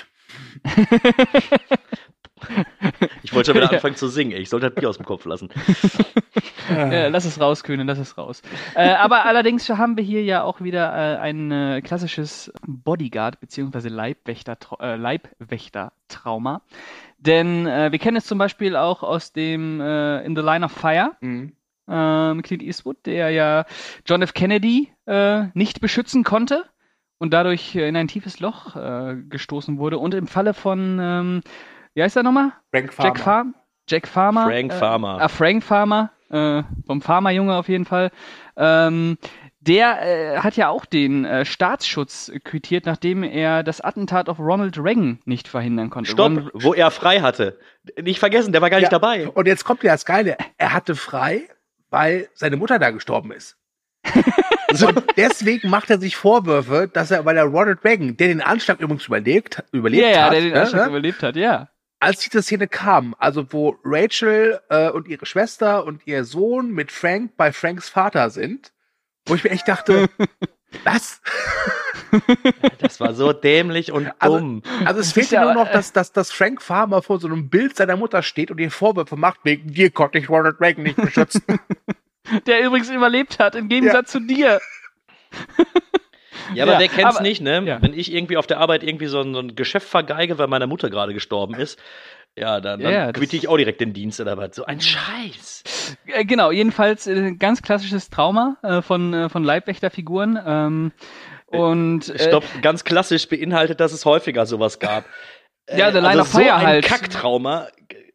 Ich wollte schon wieder Ja. anfangen zu singen. ey. Ich sollte das Bier aus dem Kopf lassen. Äh, lass es raus, Kühne, lass es raus. Äh, aber allerdings haben wir hier ja auch wieder äh, ein äh, klassisches Bodyguard- bzw. Leibwächter, äh, Leibwächter-Trauma. Denn äh, wir kennen es zum Beispiel auch aus dem äh, In the Line of Fire, Mhm. ähm, Clint Eastwood, der ja John F. Kennedy äh, nicht beschützen konnte und dadurch äh, in ein tiefes Loch äh, gestoßen wurde. Und im Falle von, ähm, wie heißt er nochmal? Frank Farmer. Jack Farmer. Jack Farmer. Frank äh, Farmer. Ah, Frank Farmer, äh, vom Farmerjunge auf jeden Fall. Ähm, der äh, hat ja auch den äh, Staatsschutz quittiert, nachdem er das Attentat auf Ronald Reagan nicht verhindern konnte. Stopp, Ron- wo er frei hatte. Nicht vergessen, der war gar Ja, nicht dabei. Und jetzt kommt ja das Geile. Er hatte frei, weil seine Mutter da gestorben ist. Und deswegen macht er sich Vorwürfe, dass er, weil er Ronald Reagan, der den Anschlag übrigens überlebt, überlebt ja, ja, hat, der den ne, Anschlag ne? überlebt hat, ja. als diese Szene kam, also wo Rachel äh, und ihre Schwester und ihr Sohn mit Frank bei Franks Vater sind, wo ich mir echt dachte, was? Das war so dämlich und Also, dumm. also es Das fehlt ist ja ja, nur noch, äh, dass, dass, dass Frank Farmer vor so einem Bild seiner Mutter steht und ihr Vorwürfe macht, wegen dir konnte ich Ronald Reagan nicht beschützen. Der übrigens überlebt hat, im Gegensatz zu dir. Ja, aber Ja, wer kennt's aber- nicht, ne? ja. Wenn ich irgendwie auf der Arbeit irgendwie so ein, so ein Geschäft vergeige, weil meine Mutter gerade gestorben ist, ja, dann, dann Ja, das- quitte ich auch direkt den Dienst oder was. So ein Scheiß. Äh, genau, jedenfalls äh, ganz klassisches Trauma äh, von, äh, von Leibwächterfiguren. Ähm, und äh, Stopp, ganz klassisch beinhaltet, dass es häufiger sowas gab. Ja, The Line of so Fire ein halt. Kacktrauma.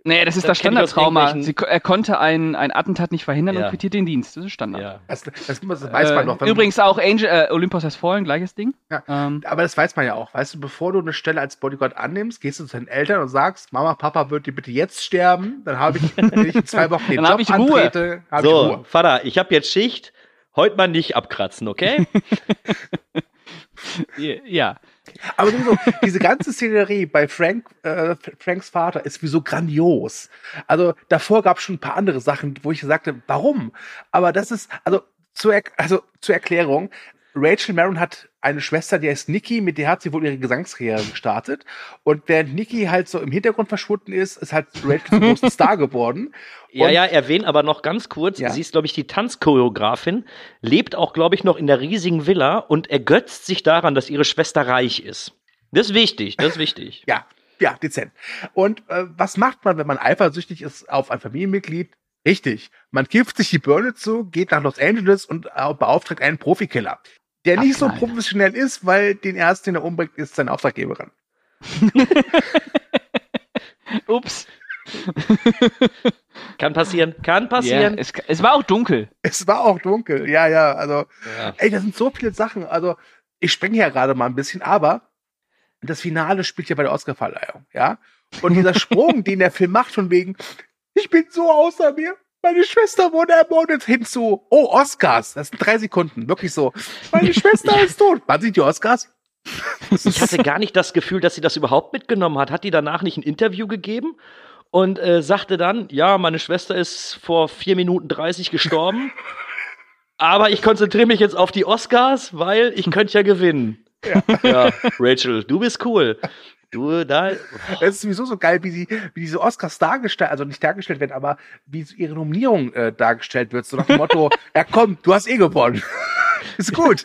Nee, das ist das, Das kenn ich aus Standardtrauma. irgendwelchen- Sie, er konnte ein, ein Attentat nicht verhindern Ja. und quittiert den Dienst. Das ist Standard. Ja. Das, das, das weiß man Äh, doch. wenn- übrigens auch Angel, äh, Olympus Has Fallen, gleiches Ding. Ja. Ähm, Aber das weiß man ja auch. Weißt du, bevor du eine Stelle als Bodyguard annimmst, gehst du zu deinen Eltern und sagst, Mama, Papa, wird die bitte jetzt sterben? Dann habe ich, wenn ich in zwei Wochen den Dann Job hab ich Ruhe. antrete, habe ich So, Ruhe. Vater, ich habe jetzt Schicht. Heute mal nicht abkratzen, okay? ja. Aber sowieso, diese ganze Szenerie bei Frank, äh, Franks Vater ist wieso grandios. Also davor gab es schon ein paar andere Sachen, wo ich sagte, warum? Aber das ist, also zur, Er- also zur Erklärung, Rachel Marron hat eine Schwester, die heißt Nikki, mit der hat sie wohl ihre Gesangskarriere gestartet. Und während Nikki halt so im Hintergrund verschwunden ist, ist halt Rachel zum großen Star geworden. Ja, Und- ja, erwähnen aber noch ganz kurz, Ja. sie ist, glaube ich, die Tanzchoreografin, lebt auch, glaube ich, noch in der riesigen Villa und ergötzt sich daran, dass ihre Schwester reich ist. Das ist wichtig, das ist wichtig. Ja, ja, dezent. Und äh, was macht man, wenn man eifersüchtig ist auf ein Familienmitglied? Richtig, man kippt sich die Birne zu, geht nach Los Angeles und äh, beauftragt einen Profikiller, der nicht so Abknallen. professionell ist, weil den ersten, den er umbringt, ist seine Auftraggeberin. Ups. Kann passieren, kann passieren. Ja, es, es war auch dunkel. Es war auch dunkel, ja, ja, also, Ja. ey, das sind so viele Sachen, also, ich springe ja gerade mal ein bisschen, aber das Finale spielt ja bei der Oscarverleihung, ja, und dieser Sprung, den der Film macht, von wegen, ich bin so außer mir, meine Schwester wurde ermordet, hinzu, oh, Oscars, das sind drei Sekunden, wirklich so, meine Schwester ist tot. Wann sind die Oscars? Ich hatte gar nicht das Gefühl, dass sie das überhaupt mitgenommen hat. Hat die danach nicht ein Interview gegeben und äh, sagte dann, ja, meine Schwester ist vor vier Minuten dreißig gestorben, aber ich konzentriere mich jetzt auf die Oscars, weil ich könnte ja gewinnen. Ja. ja, Rachel, du bist cool. Du, da, Es ist sowieso so geil, wie sie, wie diese Oscars dargestellt, also nicht dargestellt werden, aber wie so ihre Nominierung äh, dargestellt wird, so nach dem Motto, ja komm, du hast eh gewonnen. Ist gut.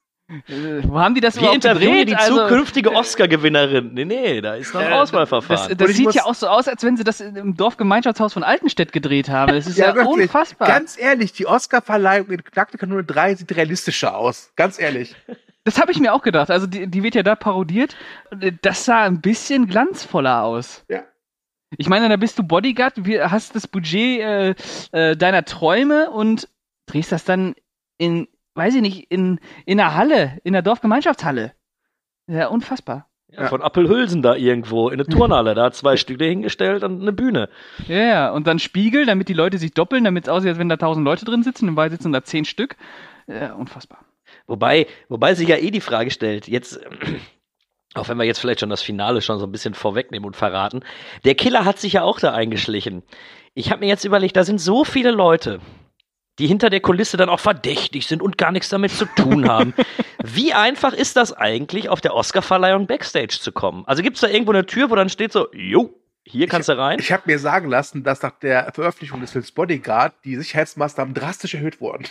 Äh, wo haben die das wir überhaupt interviewen gedreht? die Also, zukünftige Oscar-Gewinnerin. Nee, nee, da ist noch ein äh, Auswahlverfahren. Das, das ich sieht muss- ja auch so aus, als wenn sie das im Dorfgemeinschaftshaus von Altenstedt gedreht haben. Das ist ja, wirklich. unfassbar. Ganz ehrlich, die Oscar-Verleihung in Knackte Kanone drei sieht realistischer aus. Ganz ehrlich. Das habe ich mir auch gedacht. Also die, die wird ja da parodiert. Das sah ein bisschen glanzvoller aus. Ja. Ich meine, da bist du Bodyguard, du hast das Budget äh, äh, deiner Träume und drehst das dann in, weiß ich nicht, in, in einer Halle, in der Dorfgemeinschaftshalle. Ja, unfassbar. Ja, von Appelhülsen da irgendwo in eine Turnhalle. Da hat zwei Stühle hingestellt und eine Bühne. Ja, ja, und dann Spiegel, damit die Leute sich doppeln, damit es aussieht, als wenn da tausend Leute drin sitzen. In Wahrheit sitzen da zehn Stück. Ja, unfassbar. Wobei, wobei sich ja eh die Frage stellt, jetzt, auch wenn wir jetzt vielleicht schon das Finale schon so ein bisschen vorwegnehmen und verraten, der Killer hat sich ja auch da eingeschlichen. Ich habe mir jetzt überlegt, da sind so viele Leute, die hinter der Kulisse dann auch verdächtig sind und gar nichts damit zu tun haben. Wie einfach ist das eigentlich, auf der Oscarverleihung Backstage zu kommen? Also gibt es da irgendwo eine Tür, wo dann steht so, jo, hier kannst du rein? Ich habe mir sagen lassen, dass nach der Veröffentlichung des Films Bodyguard die Sicherheitsmaßnahmen drastisch erhöht wurden.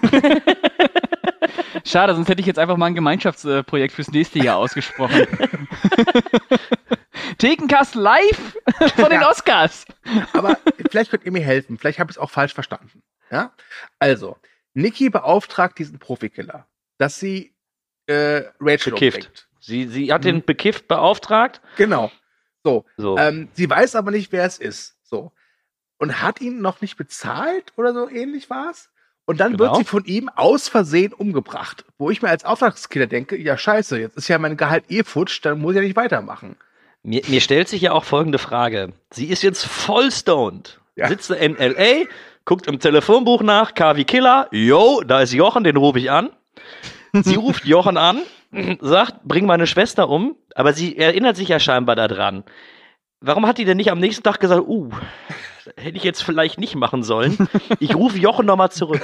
Schade, sonst hätte ich jetzt einfach mal ein Gemeinschaftsprojekt fürs nächste Jahr ausgesprochen. Thekencast live von den Ja. Oscars. Aber vielleicht könnt ihr mir helfen. Vielleicht habe ich es auch falsch verstanden. Ja? Also, Nikki beauftragt diesen Profikiller, dass sie äh, Rachel Bekifft. umbringt. Sie, sie hat den bekifft beauftragt. Genau. So. So. Ähm, sie weiß aber nicht, wer es ist. So. Und hat ihn noch nicht bezahlt oder so ähnlich war es. Und dann Genau. wird sie von ihm aus Versehen umgebracht. Wo ich mir als Auftragskiller denke, ja scheiße, jetzt ist ja mein Gehalt eh futsch, dann muss ich ja nicht weitermachen. Mir, mir stellt sich ja auch folgende Frage. Sie ist jetzt voll stoned. Ja. Sitzt in L A, guckt im Telefonbuch nach, K wie Killer. Yo, da ist Jochen, den rufe ich an. Sie ruft Jochen an, sagt, bring meine Schwester um. Aber sie erinnert sich ja scheinbar daran. Warum hat die denn nicht am nächsten Tag gesagt, uh, hätte ich jetzt vielleicht nicht machen sollen. Ich rufe Jochen nochmal zurück.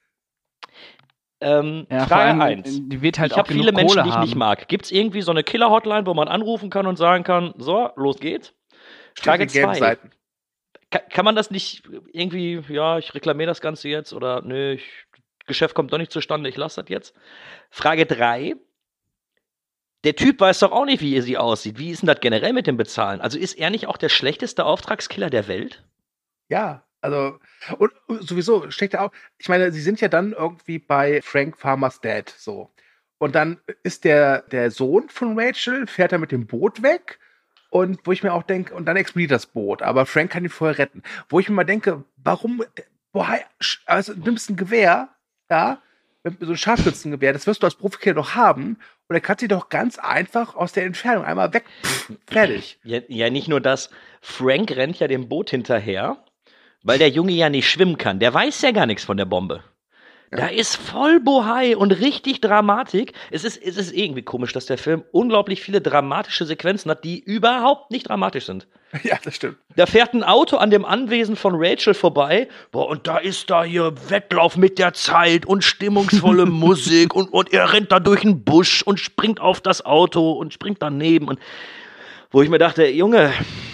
Ähm, Ja, vor Frage allem, eins. die wird halt Ich auch habe viele genug Menschen, Kohle die ich haben. nicht mag. Gibt es irgendwie so eine Killer-Hotline, wo man anrufen kann und sagen kann, so, los geht's? Frage Die gelben zwei. Seiten. Kann, kann man das nicht irgendwie, ja, ich reklamiere das Ganze jetzt oder nö, ich, Geschäft kommt doch nicht zustande, ich lasse das jetzt. Frage drei. Der Typ weiß doch auch nicht, wie sie aussieht. Wie ist denn das generell mit dem Bezahlen? Also ist er nicht auch der schlechteste Auftragskiller der Welt? Ja, also, und sowieso steckt er auch, ich meine, sie sind ja dann irgendwie bei Frank Farmers Dad, so. Und dann ist der, der Sohn von Rachel, fährt er mit dem Boot weg Und wo ich mir auch denke, und dann explodiert das Boot, aber Frank kann ihn vorher retten. Wo ich mir mal denke, warum, boah, also du nimmst ein Gewehr, ja, so ein Scharfschützengewehr, das wirst du als Profikiller doch haben, und er kann sie doch ganz einfach aus der Entfernung einmal weg, pff, fertig. Ja, ja, nicht nur das, Frank rennt ja dem Boot hinterher, weil der Junge ja nicht schwimmen kann. Der weiß ja gar nichts von der Bombe. Da ist voll Bohai und richtig Dramatik. Es ist, es ist irgendwie komisch, dass der Film unglaublich viele dramatische Sequenzen hat, die überhaupt nicht dramatisch sind. Ja, das stimmt. Da fährt ein Auto an dem Anwesen von Rachel vorbei. Boah, und da ist da hier Wettlauf mit der Zeit und stimmungsvolle Musik und, und er rennt da durch den Busch und springt auf das Auto und springt daneben. Und wo ich mir dachte, Junge,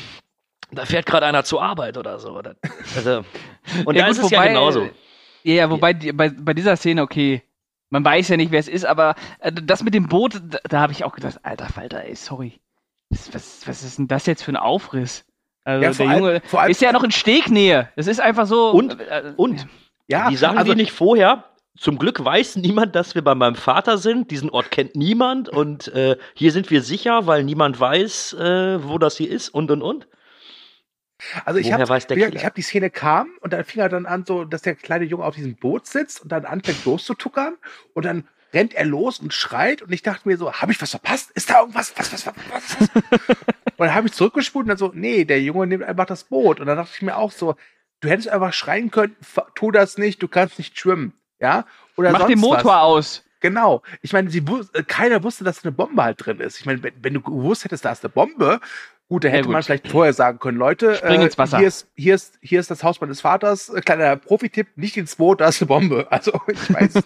da fährt gerade einer zur Arbeit oder so. Also, und ja, da gut, ist es wobei, ja genauso. Ja, ja, wobei die, bei, bei dieser Szene, okay, man weiß ja nicht, wer es ist, aber äh, das mit dem Boot, da, da habe ich auch gedacht, alter Falter, ey, sorry. Was, was, was ist denn das jetzt für ein Aufriss? Also Ja, der vor allem- Junge vor allem- ist ja noch in Stegnähe. Das ist einfach so. Und, äh, und, Ja, die sagen also- die nicht vorher, zum Glück weiß niemand, dass wir bei meinem Vater sind. Diesen Ort kennt niemand und äh, hier sind wir sicher, weil niemand weiß, äh, wo das hier ist und und und. Also ich Woher habe weiß der ich Killer? hab die Szene kam und dann fing er dann an, so, dass der kleine Junge auf diesem Boot sitzt und dann anfängt loszutuckern und dann rennt er los und schreit und ich dachte mir so, habe ich was verpasst? Ist da irgendwas? Was, was, was, was? was? Und dann habe ich zurückgespult und dann so, nee, der Junge nimmt einfach das Boot. Und dann dachte ich mir auch so, du hättest einfach schreien können, f- tu das nicht, du kannst nicht schwimmen. Ja? Oder Mach sonst den Motor was. aus. Genau. Ich meine, sie wus- äh, keiner wusste, dass eine Bombe halt drin ist. Ich meine, wenn, wenn du gewusst hättest, da ist eine Bombe, gut, da Ja, hätte gut. man vielleicht vorher sagen können, Leute, Spring ins Wasser. hier ist, hier ist, hier ist das Haus meines Vaters, äh, kleiner Profi-Tipp, nicht ins Boot, da ist eine Bombe. Also, ich weiß,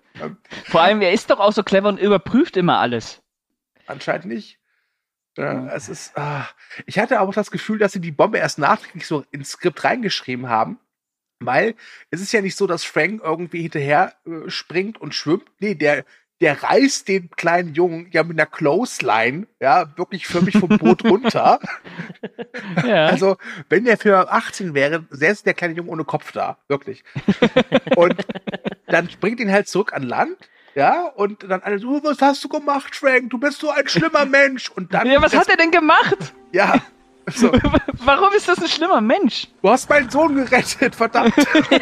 Vor allem, er ist doch auch so clever und überprüft immer alles. anscheinend nicht. Ja, es ist, ah. Ich hatte aber auch das Gefühl, dass sie die Bombe erst nachträglich so ins Skript reingeschrieben haben, weil es ist ja nicht so, dass Frank irgendwie hinterher äh, springt und schwimmt. Nee, der, der reißt den kleinen Jungen ja mit einer Clothesline, ja, wirklich förmlich vom Boot runter. Ja. Also, wenn der Film achtzehn wäre, säße der kleine Junge ohne Kopf da. Wirklich. Und dann springt ihn halt zurück an Land. Ja, und dann alle so, was hast du gemacht, Frank? Du bist so ein schlimmer Mensch. Und dann, Ja, was hat er denn gemacht? ja, so, Warum ist das ein schlimmer Mensch? du hast meinen Sohn gerettet, verdammt.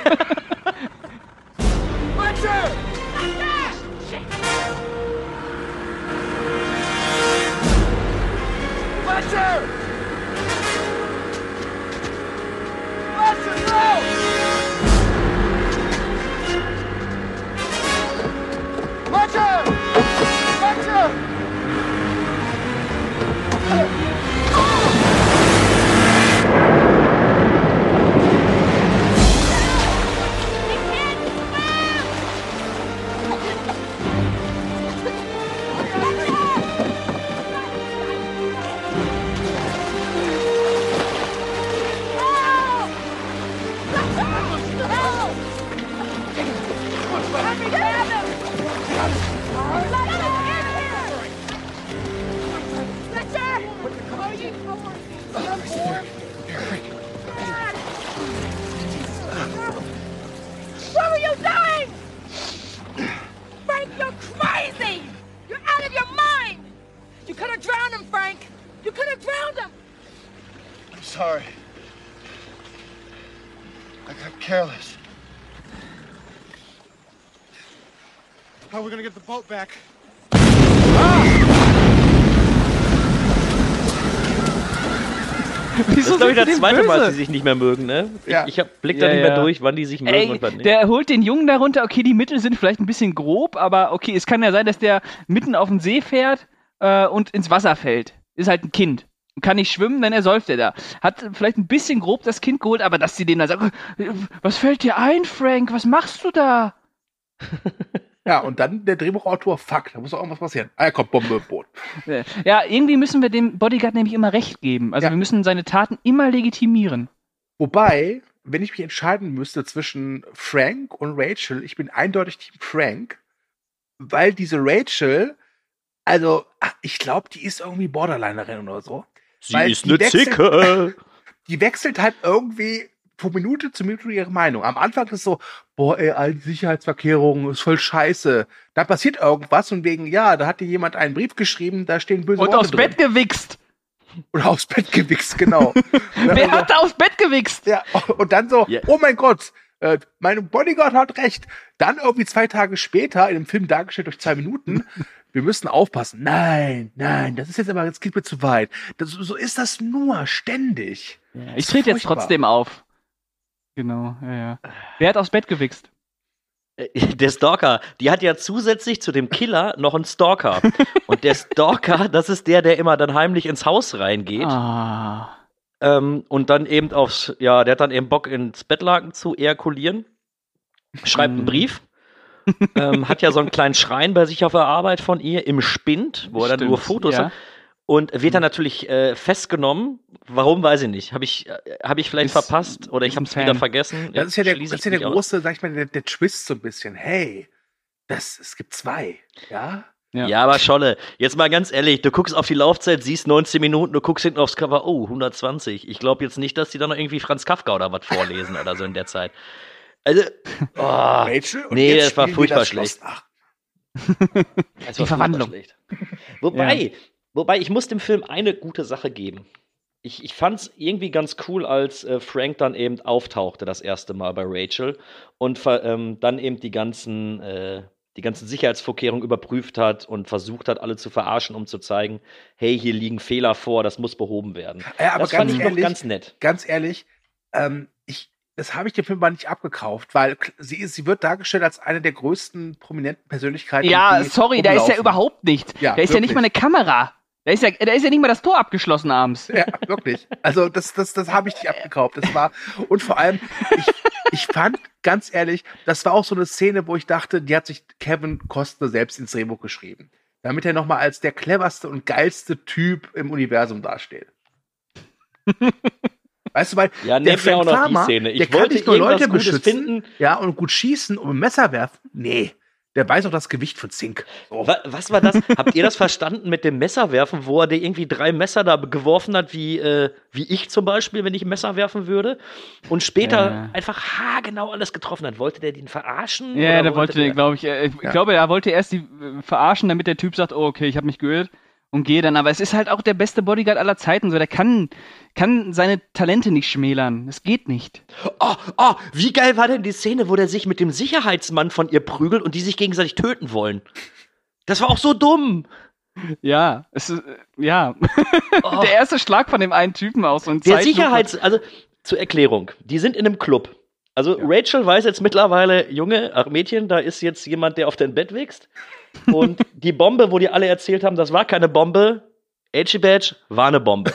What were you doing? Frank, you're crazy! You're out of your mind! You could have drowned him, Frank! You could have drowned him! I'm sorry. I got careless. How are we gonna get the boat back? Das Wieso ist, glaube ich, sind das die zweite böse? Mal, dass sie sich nicht mehr mögen, ne? Ja. Ich, ich hab, blick Ja, da nicht mehr ja. durch, wann die sich mögen Ey, und wann nicht. der holt den Jungen darunter, okay, die Mittel sind vielleicht ein bisschen grob, aber okay, es kann ja sein, dass der mitten auf den See fährt äh, und ins Wasser fällt. Ist halt ein Kind. Kann nicht schwimmen, dann ersäuft er da. Hat vielleicht ein bisschen grob das Kind geholt, aber dass sie dem dann sagen, was fällt dir ein, Frank? Was machst du da? Ja, und dann der Drehbuchautor, fuck, da muss auch irgendwas passieren. Ah ja, komm, Bombe im Boot. Ja, irgendwie müssen wir dem Bodyguard nämlich immer recht geben. Also Ja. wir müssen seine Taten immer legitimieren. Wobei, wenn ich mich entscheiden müsste zwischen Frank und Rachel, ich bin eindeutig Team Frank, weil diese Rachel, also, ach, ich glaube, die ist irgendwie Borderlinerin oder so. Sie Weil ist die eine wechselt- Zicke. Die wechselt halt irgendwie von Minute zu Minute ihre Meinung. Am Anfang ist es so, boah, ey, all die Sicherheitsverkehrungen ist voll scheiße. Da passiert irgendwas und wegen, ja, da hat dir jemand einen Brief geschrieben, da stehen böse Und Worte aufs drin. Bett gewichst. Oder aufs Bett gewichst, genau. Wer hat da aufs Bett gewichst? Ja, und dann so, Ja. oh mein Gott, äh, mein Bodyguard hat recht. Dann irgendwie zwei Tage später, in dem Film dargestellt durch zwei Minuten, wir müssen aufpassen. Nein, nein, das ist jetzt aber, jetzt geht mir zu weit. Das, so ist das nur, ständig. Ja, Das ich ist trete jetzt furchtbar. trotzdem auf. Genau, ja, ja. Wer hat aufs Bett gewichst? Der Stalker, die hat ja zusätzlich zu dem Killer noch einen Stalker. Und der Stalker, das ist der, der immer dann heimlich ins Haus reingeht. Ah. Ähm, und dann eben aufs, ja, der hat dann eben Bock ins Bettlaken zu ejakulieren. Schreibt einen Mhm. Brief. ähm, hat ja so einen kleinen Schrein bei sich auf der Arbeit von ihr im Spind, wo er dann Stimmt, nur Fotos ja. hat. Und wird dann natürlich äh, festgenommen. Warum, weiß ich nicht. Habe ich, äh, hab ich vielleicht Ist- verpasst oder ich ist ein habe es Fan. wieder vergessen. Das ist ja der, Schließe das ist ich ja der nicht aus. große, sag ich mal, der, der Twist so ein bisschen. Hey, das, es gibt zwei, ja? Ja. Ja. aber Scholle, jetzt mal ganz ehrlich, du guckst auf die Laufzeit, siehst neunzehn Minuten, du guckst hinten aufs Cover, oh, hundertzwanzig. Ich glaube jetzt nicht, dass die da noch irgendwie Franz Kafka oder was vorlesen oder so in der Zeit. Also, oh, Rachel? Und nee, jetzt das war spielen wir furchtbar das Schloss schlecht. nach. Das Die war furchtbar Verwandlung. schlecht. Wobei, wobei, ich muss dem Film eine gute Sache geben. Ich, ich fand es irgendwie ganz cool, als äh, Frank dann eben auftauchte das erste Mal bei Rachel und ver, ähm, dann eben die ganzen, äh, die ganzen Sicherheitsvorkehrungen überprüft hat und versucht hat, alle zu verarschen, um zu zeigen, hey, hier liegen Fehler vor, das muss behoben werden. Ja, aber das fand ganz ich ehrlich, noch ganz nett. Ganz ehrlich, ähm, ich, das habe ich dem Film mal nicht abgekauft, weil k- sie, ist, sie wird dargestellt als eine der größten prominenten Persönlichkeiten. Ja, die sorry, da ist ja rumlaufen. überhaupt nichts. Ja, da ist ja nicht wirklich. mal eine Kamera. Da ist ja, da ist ja nicht mal das Tor abgeschlossen abends. Ja, wirklich. Also das, das, das habe ich nicht abgekauft. Das war, und vor allem, ich, ich fand, ganz ehrlich, das war auch so eine Szene, wo ich dachte, die hat sich Kevin Costner selbst ins Drehbuch geschrieben. Damit er nochmal als der cleverste und geilste Typ im Universum dasteht. Weißt du, weil Ja, der nehmt mir auch Frank noch die Farmer, Szene. Ich der kann wollte nicht nur irgendwas Leute Gutes beschützen, finden. ja, und gut schießen und mit dem Messer werfen. Nee, der weiß auch das Gewicht von Zink. So. Wa- Was war das? Habt ihr das verstanden mit dem Messerwerfen, wo er dir irgendwie drei Messer da geworfen hat, wie, äh, wie ich zum Beispiel, wenn ich ein Messer werfen würde? Und später Ja. einfach haargenau alles getroffen hat. Wollte der den verarschen? Ja, oder der wollte, der- glaube ich, äh, ich Ja. glaube, er wollte erst die äh, verarschen, damit der Typ sagt, oh, okay, ich habe mich geirrt und gehe dann. Aber es ist halt auch der beste Bodyguard aller Zeiten. So, der kann, kann seine Talente nicht schmälern. Es geht nicht. Oh, oh, wie geil war denn die Szene, wo der sich mit dem Sicherheitsmann von ihr prügelt und die sich gegenseitig töten wollen? Das war auch so dumm. Ja, es ist, äh, ja. Oh. Der erste Schlag von dem einen Typen aus. So ein Der Zeitlupe. Sicherheits-, also zur Erklärung, die sind in einem Club. Also Rachel weiß jetzt mittlerweile, Junge, ach Mädchen, da ist jetzt jemand, der auf dein Bett wächst. Und die Bombe, wo die alle erzählt haben, das war keine Bombe, Edgy Badge war eine Bombe.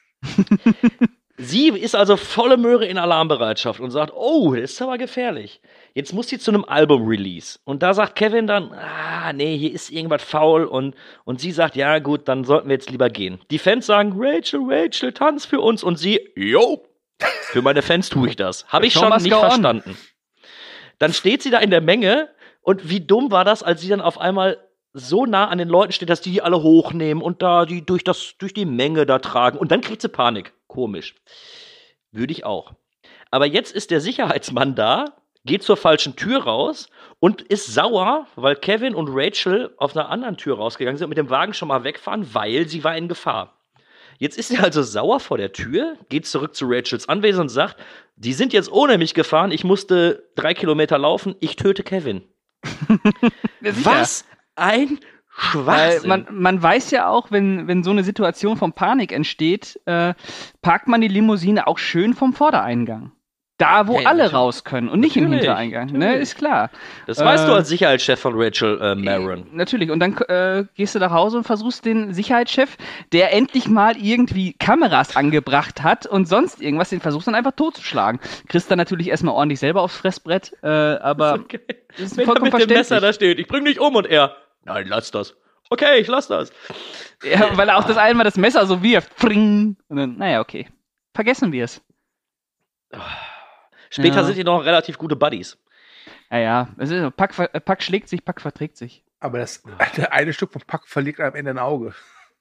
Sie ist also volle Möhre in Alarmbereitschaft und sagt, oh, das ist aber gefährlich. Jetzt muss sie zu einem Album-Release. Und da sagt Kevin dann, ah, nee, hier ist irgendwas faul. Und, und sie sagt, ja gut, dann sollten wir jetzt lieber gehen. Die Fans sagen, Rachel, Rachel, tanz für uns. Und sie, yo, für meine Fans tue ich das. Habe ich Show schon must nicht go on. verstanden. Dann steht sie da in der Menge und wie dumm war das, als sie dann auf einmal so nah an den Leuten steht, dass die die alle hochnehmen und da die durch, das, durch die Menge da tragen. Und dann kriegt sie Panik. Komisch. Würde ich auch. Aber jetzt ist der Sicherheitsmann da, geht zur falschen Tür raus und ist sauer, weil Kevin und Rachel auf einer anderen Tür rausgegangen sind und mit dem Wagen schon mal wegfahren, weil sie war in Gefahr. Jetzt ist er also sauer vor der Tür, geht zurück zu Rachels Anwesen und sagt, die sind jetzt ohne mich gefahren, ich musste drei Kilometer laufen, ich töte Kevin. Ja, sicher. Was ein Weil Schwachsinn. man, man weiß ja auch, wenn, wenn so eine Situation von Panik entsteht, äh, parkt man die Limousine auch schön vom Vordereingang. Da, wo Hey, alle natürlich. raus können und nicht im Natürlich, Hintereingang. Ne, natürlich. ist klar. Das weißt du Äh, als Sicherheitschef von Rachel äh, Maron. Natürlich. Und dann äh, gehst du nach Hause und versuchst den Sicherheitschef, der endlich mal irgendwie Kameras angebracht hat und sonst irgendwas, den versuchst dann einfach totzuschlagen. Kriegst dann natürlich erstmal ordentlich selber aufs Fressbrett, äh, aber Okay. das ist Wenn er vollkommen mit dem verständlich. Messer da steht, ich bring dich um und er, nein, lass das. Okay, ich lass das. Ja, weil er auch das einmal das Messer so wirft. Pring. Und dann, naja, okay. Vergessen wir es. Später Ja. sind die noch relativ gute Buddies. Ja, ja. Es ist, so, Pack, ver- Pack schlägt sich, Pack verträgt sich. Aber das eine Stück vom Pack verliert am Ende ein Auge.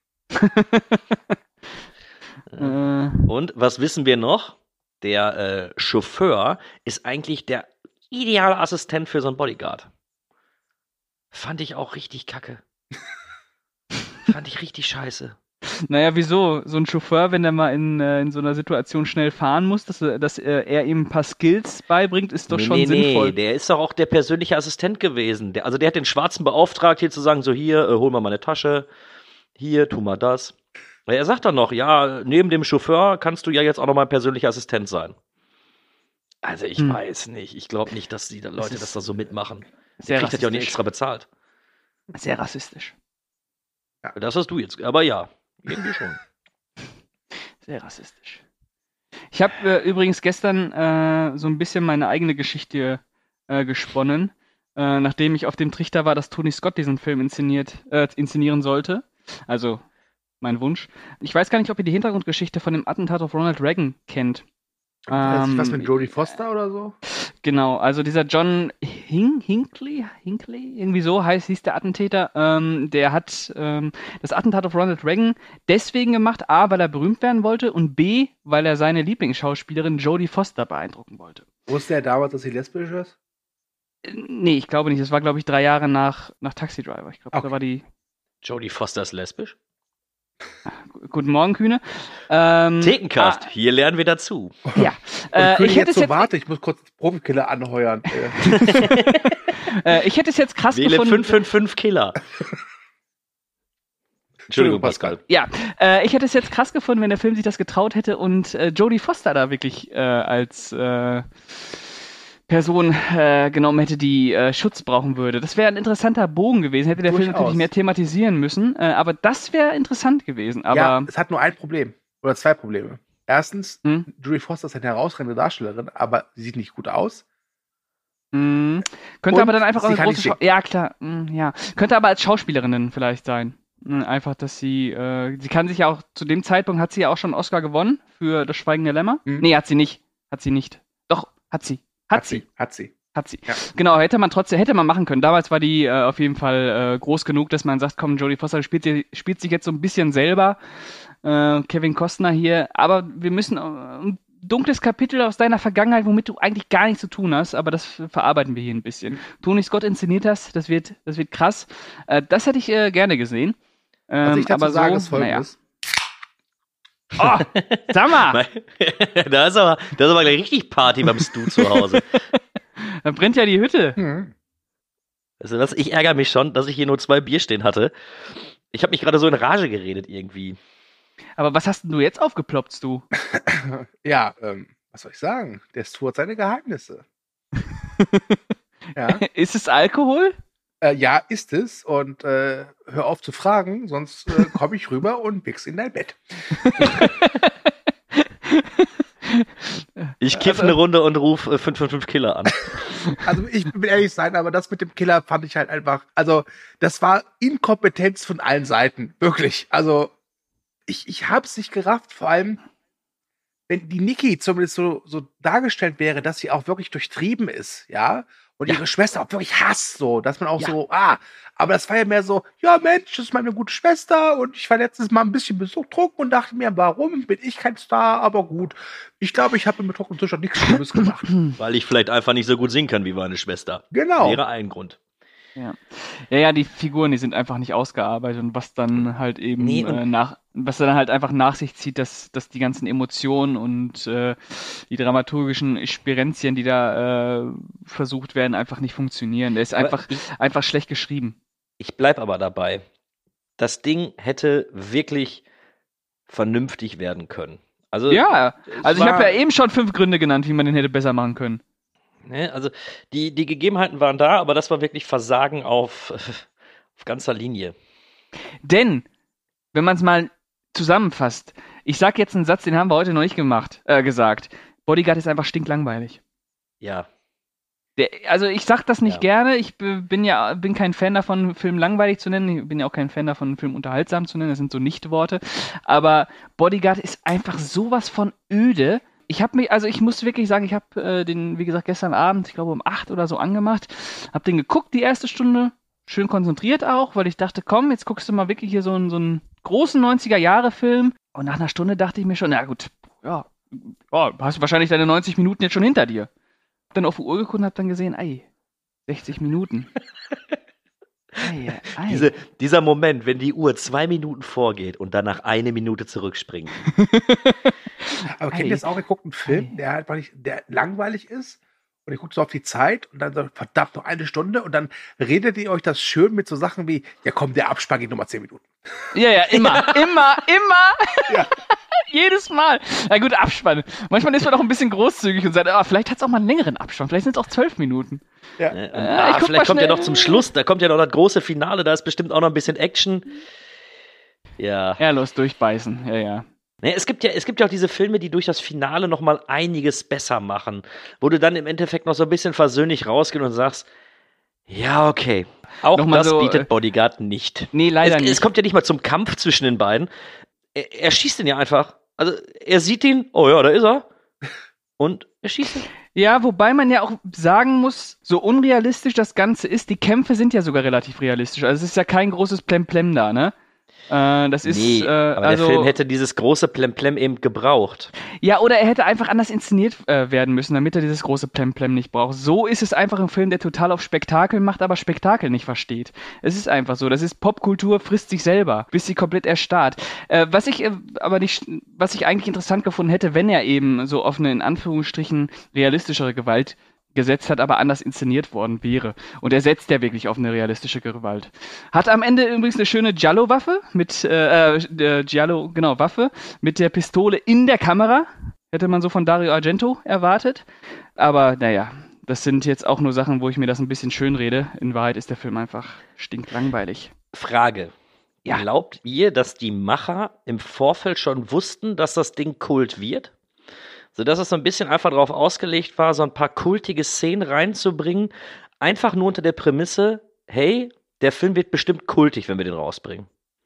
Äh, Und was wissen wir noch? Der äh, Chauffeur ist eigentlich der ideale Assistent für so einen Bodyguard. Fand ich auch richtig kacke. Fand ich richtig scheiße. Naja, wieso? So ein Chauffeur, wenn der mal in, äh, in so einer Situation schnell fahren muss, dass, er- dass er, er ihm ein paar Skills beibringt, ist doch nee, schon nee, sinnvoll. nee, der ist doch auch der persönliche Assistent gewesen. Der, also der hat den Schwarzen beauftragt, hier zu sagen, so hier, äh, hol mal meine Tasche, hier, tu mal das. Weil er sagt dann noch, ja, neben dem Chauffeur kannst du ja jetzt auch noch mal persönlicher Assistent sein. Also ich Hm. weiß nicht, ich glaube nicht, dass die da Leute ist das da so mitmachen. sehr Der kriegt das ja auch nicht rassistisch. extra bezahlt. Sehr rassistisch. Das hast du jetzt, aber ja, irgendwie schon. Sehr rassistisch. Ich habe äh, übrigens gestern äh, so ein bisschen meine eigene Geschichte äh, gesponnen, äh, nachdem ich auf dem Trichter war, dass Tony Scott diesen Film inszeniert, äh, inszenieren sollte. Also mein Wunsch. Ich weiß gar nicht, ob ihr die Hintergrundgeschichte von dem Attentat auf Ronald Reagan kennt. Weiß ich, was Ähm, mit Jodie Foster oder so? Genau, also dieser John Hin Hinckley, Hinckley, irgendwie so heißt, hieß der Attentäter, ähm, der hat ähm, das Attentat auf Ronald Reagan deswegen gemacht, A, weil er berühmt werden wollte und B, weil er seine Lieblingsschauspielerin Jodie Foster beeindrucken wollte. Wusste er damals, dass sie lesbisch ist? Äh, Nee, ich glaube nicht. Das war, glaube ich, drei Jahre nach, nach Taxi Driver. Ich glaube, Okay. da war die. Jodie Foster ist lesbisch? Guten Morgen, Kühne. Ähm, Thekencast, hier lernen wir dazu. ah, ja. Und Äh, König ich hätte jetzt es so, jetzt, warte, ich muss kurz Profikiller anheuern. Äh, äh, ich hätte es jetzt krass Wähle gefunden. fünf fünf fünf Killer. Entschuldigung, Pascal. Ja, äh, ich hätte es jetzt krass gefunden, wenn der Film sich das getraut hätte und äh, Jodie Foster da wirklich äh, als äh, Person äh, genommen hätte, die äh, Schutz brauchen würde. Das wäre ein interessanter Bogen gewesen, hätte der Film Durchaus. natürlich mehr thematisieren müssen, äh, aber das wäre interessant gewesen. Aber ja, es hat nur ein Problem. Oder zwei Probleme. Erstens, Hm? Jodie Foster ist eine herausragende Darstellerin, aber sie sieht nicht gut aus. mh, könnte Und aber dann einfach sie eine kann große nicht Schau singen. Ja, klar, mh, ja. Könnte aber als Schauspielerin vielleicht sein. Mh, Einfach, dass sie, äh, sie kann sich ja auch, zu dem Zeitpunkt hat sie ja auch schon einen Oscar gewonnen für Das Schweigen der Lämmer. Hm. Nee, hat sie nicht. Hat sie nicht. Doch, hat sie. Hat, sie. Hat sie. Hat sie. Ja. Genau, hätte man trotzdem, hätte man machen können. Damals war die äh, auf jeden Fall äh, groß genug, dass man sagt, komm, Jodie Foster spielt, sie- spielt sich jetzt so ein bisschen selber. Äh, Kevin Costner hier. Aber wir müssen äh, ein dunkles Kapitel aus deiner Vergangenheit, womit du eigentlich gar nichts zu tun hast, aber das verarbeiten wir hier ein bisschen. Tony Scott inszeniert das, das wird, das wird krass. Äh, das hätte ich äh, gerne gesehen. Ähm, Was ich dazu aber sage, so, ist folgendes. Naja. Oh, sag mal, da ist aber, da ist aber gleich richtig Party beim Stu zu Hause. da brennt ja die Hütte. Hm. Weißt du was? Ich ärgere mich schon, dass ich hier nur zwei Bier stehen hatte. Ich habe mich gerade so in Rage geredet irgendwie. Aber was hast denn du jetzt aufgeploppt, du? Ja, ähm, was soll ich sagen? Der Stu hat seine Geheimnisse. Ja, Ist es Alkohol? äh, ja, ist es. Und äh, hör auf zu fragen, sonst äh, komme ich rüber und wichs in dein Bett. Ich kiff eine Runde und ruf äh, fünf fünf fünf Killer an. Also ich will ehrlich sein, aber das mit dem Killer fand ich halt einfach, also das war Inkompetenz von allen Seiten, wirklich. Also ich, ich hab's nicht gerafft, vor allem, wenn die Nikki zumindest so, so dargestellt wäre, dass sie auch wirklich durchtrieben ist, ja, und ihre Schwester auch wirklich hasst, so, dass man auch Ja. so, ah, aber das war ja mehr so, ja Mensch, das ist meine gute Schwester und ich war letztes Mal ein bisschen betrunken und dachte mir, warum bin ich kein Star, aber gut, ich glaube, ich habe im betrunkenen Zustand nichts Schlimmes gemacht. Weil ich vielleicht einfach nicht so gut singen kann wie meine Schwester. Genau. Wäre ein Grund. Ja. Ja, ja, die Figuren, die sind einfach nicht ausgearbeitet und was dann halt eben Nee, und- äh, nach, was dann halt einfach nach sich zieht, dass, dass die ganzen Emotionen und äh, die dramaturgischen Spirenzien, die da äh, versucht werden, einfach nicht funktionieren. Der ist Aber einfach, ich- einfach schlecht geschrieben. Ich bleib aber dabei. Das Ding hätte wirklich vernünftig werden können. Also, Ja, es also ich war- habe ja eben schon fünf Gründe genannt, wie man den hätte besser machen können. Ne, also die, die Gegebenheiten waren da, aber das war wirklich Versagen auf, auf ganzer Linie. Denn, wenn man es mal zusammenfasst, ich sag jetzt einen Satz, den haben wir heute noch nicht gemacht, äh, gesagt. Bodyguard ist einfach stinklangweilig. Ja. Der, also ich sag das nicht Ja. gerne, ich b- bin ja bin kein Fan davon, einen Film langweilig zu nennen, ich bin ja auch kein Fan davon, einen Film unterhaltsam zu nennen, das sind so Nichtworte, aber Bodyguard ist einfach sowas von öde. Ich habe mich, also ich muss wirklich sagen, ich habe äh, den, wie gesagt, gestern Abend, ich glaube um acht oder so angemacht, habe den geguckt, die erste Stunde, schön konzentriert auch, weil ich dachte, komm, jetzt guckst du mal wirklich hier so einen, so einen großen neunziger-Jahre-Film und nach einer Stunde dachte ich mir schon, na gut, ja, ja, hast wahrscheinlich deine neunzig Minuten jetzt schon hinter dir. Hab dann auf die Uhr geguckt und hab dann gesehen, ey, sechzig Minuten. Ei, ei. Diese, dieser Moment, wenn die Uhr zwei Minuten vorgeht und danach eine Minute zurückspringt. Aber kennt ihr das auch? Ihr guckt einen Film, der einfach nicht, der langweilig ist und ihr guckt so auf die Zeit und dann sagt, verdammt, noch eine Stunde und dann redet ihr euch das schön mit so Sachen wie, ja komm, der Abspann geht nochmal zehn Minuten. Ja, ja, immer, immer, immer. Ja. Jedes Mal. Na gut, Abspann. Manchmal ist man auch ein bisschen großzügig und sagt, ah, vielleicht hat es auch mal einen längeren Abspann. Vielleicht sind es auch zwölf Minuten. Ja. Äh, Äh, ah, ich guck vielleicht mal kommt ja schnell. noch zum Schluss, da kommt ja noch das große Finale, da ist bestimmt auch noch ein bisschen Action. Ja. Ja, los, durchbeißen. Ja, ja. Nee, es gibt ja, es gibt ja auch diese Filme, die durch das Finale noch mal einiges besser machen, wo du dann im Endeffekt noch so ein bisschen versöhnlich rausgehst und sagst, ja, okay. Auch Noch mal das so, bietet äh, Bodyguard nicht. Nee, leider es, nicht. Es kommt ja nicht mal zum Kampf zwischen den beiden. Er, er schießt ihn ja einfach. Also, er sieht ihn, oh ja, da ist er. Und er schießt ihn. Ja, wobei man ja auch sagen muss, so unrealistisch das Ganze ist, die Kämpfe sind ja sogar relativ realistisch. Also es ist ja kein großes Plemplem da, ne? Äh, das ist, Nee, äh, aber also, der Film hätte dieses große Plemplem eben gebraucht. ja, oder er hätte einfach anders inszeniert äh, werden müssen, damit er dieses große Plemplem nicht braucht. So ist es einfach ein Film, der total auf Spektakel macht, aber Spektakel nicht versteht. Es ist einfach so. Das ist Popkultur, frisst sich selber, bis sie komplett erstarrt. Äh, was ich äh, aber nicht, was ich eigentlich interessant gefunden hätte, wenn er eben so auf eine, in Anführungsstrichen, realistischere Gewalt gesetzt hat, aber anders inszeniert worden wäre. Und er setzt ja wirklich auf eine realistische Gewalt. Hat am Ende übrigens eine schöne Giallo-Waffe mit, äh, äh, Giallo, genau, Waffe, mit der Pistole in der Kamera. Hätte man so von Dario Argento erwartet. Aber naja, das sind jetzt auch nur Sachen, wo ich mir das ein bisschen schön rede. In Wahrheit ist der Film einfach stinklangweilig. Frage. Ja. Glaubt ihr, dass die Macher im Vorfeld schon wussten, dass das Ding Kult wird? Sodass es so ein bisschen einfach darauf ausgelegt war, so ein paar kultige Szenen reinzubringen, einfach nur unter der Prämisse, hey, der Film wird bestimmt kultig, wenn wir den rausbringen.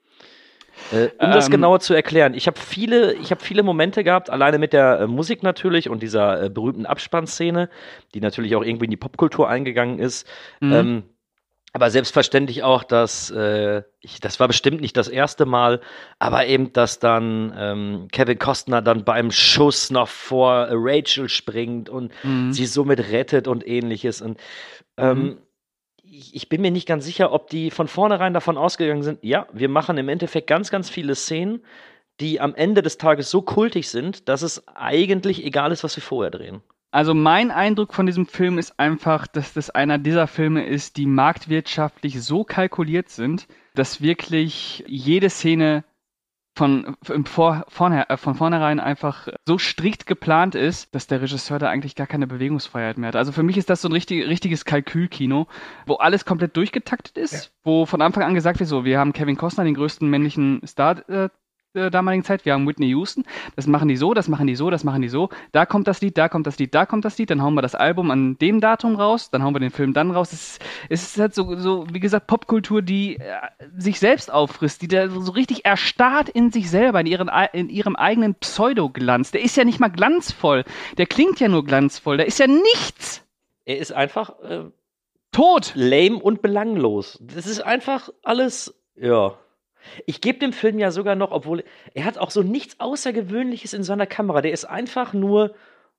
Äh, um ähm, das genauer zu erklären, ich habe viele, ich habe viele Momente gehabt, alleine mit der äh, Musik natürlich und dieser äh, berühmten Abspannszene, die natürlich auch irgendwie in die Popkultur eingegangen ist. Mhm. Ähm, aber selbstverständlich auch, dass äh, ich, das war bestimmt nicht das erste Mal, aber eben, dass dann ähm, Kevin Costner dann beim Schuss noch vor Rachel springt und mhm. sie somit rettet und ähnliches. Und ähm, mhm. ich, ich bin mir nicht ganz sicher, ob die von vornherein davon ausgegangen sind, ja, wir machen im Endeffekt ganz, ganz viele Szenen, die am Ende des Tages so kultig sind, dass es eigentlich egal ist, was wir vorher drehen. Also mein Eindruck von diesem Film ist einfach, dass das einer dieser Filme ist, die marktwirtschaftlich so kalkuliert sind, dass wirklich jede Szene von, im Vor, vorne, äh, von vornherein einfach so strikt geplant ist, dass der Regisseur da eigentlich gar keine Bewegungsfreiheit mehr hat. Also für mich ist das so ein richtig, richtiges Kalkülkino, wo alles komplett durchgetaktet ist, ja. Wo von Anfang an gesagt wird, so, wir haben Kevin Costner, den größten männlichen Star äh, der damaligen Zeit, wir haben Whitney Houston, das machen die so, das machen die so, das machen die so, da kommt das Lied, da kommt das Lied, da kommt das Lied, dann hauen wir das Album an dem Datum raus, dann hauen wir den Film dann raus. Es ist, es ist halt so, so, wie gesagt, Popkultur, die äh, sich selbst auffrisst, die da so richtig erstarrt in sich selber, in, ihren, in ihrem eigenen Pseudoglanz. Der ist ja nicht mal glanzvoll, der klingt ja nur glanzvoll, da ist ja nichts. Er ist einfach äh, tot. Lame und belanglos. Das ist einfach alles, ja. Ich gebe dem Film ja sogar noch, obwohl er hat auch so nichts Außergewöhnliches in seiner Kamera. Der ist einfach nur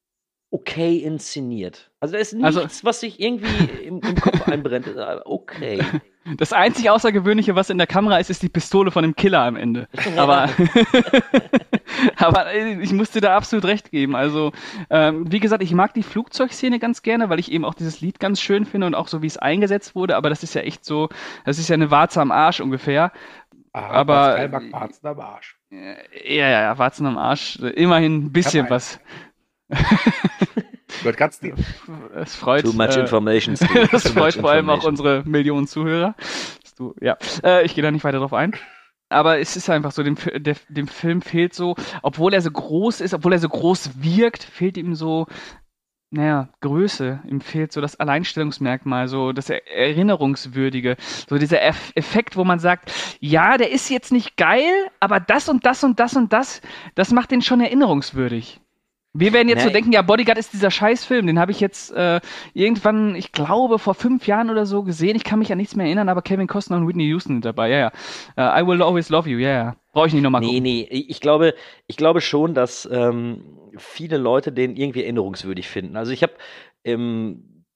okay inszeniert. Also da ist nichts, also, was sich irgendwie im, im Kopf einbrennt. Okay. Das einzig Außergewöhnliche, was in der Kamera ist, ist die Pistole von dem Killer am Ende. Aber, aber ich muss dir da absolut recht geben. Also, ähm, wie gesagt, ich mag die Flugzeugszene ganz gerne, weil ich eben auch dieses Lied ganz schön finde und auch so, wie es eingesetzt wurde. Aber das ist ja echt so, das ist ja eine Warze am Arsch ungefähr. Aber Pascal mag Warzen am Arsch. Ja, ja, ja, Warzen am Arsch. Immerhin ein bisschen was. Gehört ganz tief. Es freut, Too much äh, information. Das freut vor allem auch unsere Millionen Zuhörer. Du, ja, äh, ich gehe da nicht weiter drauf ein. Aber es ist einfach so, dem, der, dem Film fehlt so, obwohl er so groß ist, obwohl er so groß wirkt, fehlt ihm so, naja, Größe, ihm fehlt so das Alleinstellungsmerkmal, so das Erinnerungswürdige, so dieser Eff- Effekt, wo man sagt, ja, der ist jetzt nicht geil, aber das und das und das und das, das macht den schon erinnerungswürdig. Wir werden jetzt Nein. so denken, ja, Bodyguard ist dieser Scheißfilm, den habe ich jetzt äh, irgendwann, ich glaube, vor fünf Jahren oder so gesehen, ich kann mich an nichts mehr erinnern, aber Kevin Costner und Whitney Houston sind dabei, ja, ja. Uh, I Will Always Love You, ja, ja. Brauche ich nicht nochmal gucken. Nee, nee, ich glaube, ich glaube schon, dass ähm, viele Leute den irgendwie erinnerungswürdig finden. Also ich habe ähm,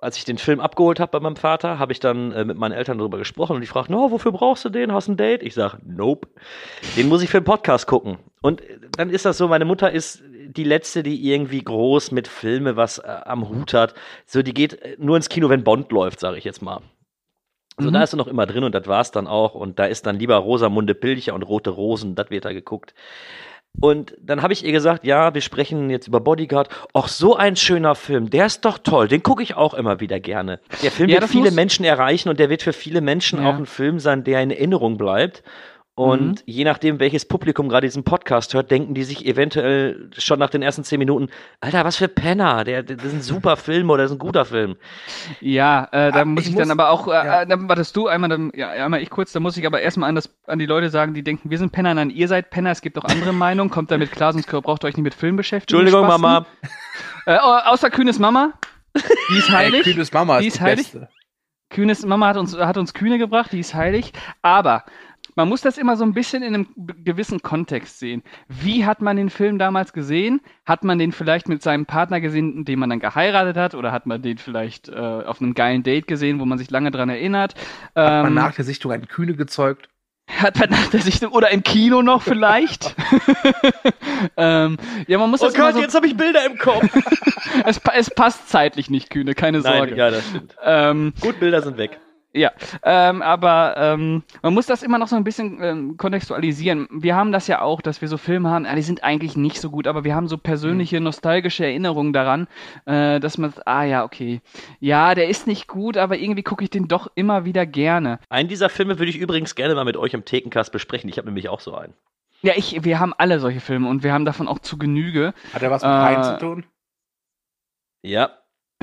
als ich den Film abgeholt habe bei meinem Vater, habe ich dann äh, mit meinen Eltern darüber gesprochen und die fragten, no, wofür brauchst du den? Hast du ein Date? Ich sage, nope. Den muss ich für den Podcast gucken. Und dann ist das so, meine Mutter ist die Letzte, die irgendwie groß mit Filme was äh, am Hut hat. So, die geht nur ins Kino, wenn Bond läuft, sage ich jetzt mal. Also mhm. da ist sie noch immer drin und das war's dann auch. Und da ist dann lieber Rosamunde Pilcher und Rote Rosen, das wird da geguckt. Und dann habe ich ihr gesagt, ja, wir sprechen jetzt über Bodyguard. Ach, so ein schöner Film, der ist doch toll, den gucke ich auch immer wieder gerne. Der Film ja, wird viele Menschen erreichen und der wird für viele Menschen ja. auch ein Film sein, der in Erinnerung bleibt. Und mhm. je nachdem, welches Publikum gerade diesen Podcast hört, denken die sich eventuell schon nach den ersten zehn Minuten, Alter, was für Penner, der, das ist ein super Film oder das ist ein guter Film. Ja, äh, da Ah, muss ich ich muss- dann aber auch, äh, ja. äh, dann wartest du einmal, dann, ja, einmal ich kurz, da muss ich aber erstmal an, das, an die Leute sagen, die denken, wir sind Penner, nein, ihr seid Penner, es gibt auch andere Meinungen, kommt damit klar, sonst braucht ihr euch nicht mit Film beschäftigen. Entschuldigung, Spasten. Mama. Äh, au- außer Kühnes Mama, die ist heilig. Ey, Kühnes Mama die ist ist die heilig. Beste. Kühnes Mama hat uns, hat uns Kühne gebracht, die ist heilig. Aber man muss das immer so ein bisschen in einem b- gewissen Kontext sehen. Wie hat man den Film damals gesehen? Hat man den vielleicht mit seinem Partner gesehen, den man dann geheiratet hat? Oder hat man den vielleicht äh, auf einem geilen Date gesehen, wo man sich lange dran erinnert? Hat man Ähm, nach der Sichtung einen Kühne gezeugt? hat man nach der Sichtung oder im Kino noch vielleicht? ähm, ja, man muss Oh das immer Gott, so, jetzt habe ich Bilder im Kopf. es, pa- es passt zeitlich nicht, Kühne, keine Sorge. Nein, ja, das stimmt. Ähm, Gut, Bilder sind weg. Ja, ähm, aber ähm, man muss das immer noch so ein bisschen ähm, kontextualisieren. Wir haben das ja auch, dass wir so Filme haben, ja, die sind eigentlich nicht so gut, aber wir haben so persönliche, nostalgische Erinnerungen daran, äh, dass man, ah ja, okay, ja, der ist nicht gut, aber irgendwie gucke ich den doch immer wieder gerne. Einen dieser Filme würde ich übrigens gerne mal mit euch im Thekencast besprechen. Ich habe nämlich auch so einen. Ja, ich, wir haben alle solche Filme und wir haben davon auch zu Genüge. Hat er was mit Äh, Rhein zu tun? Ja.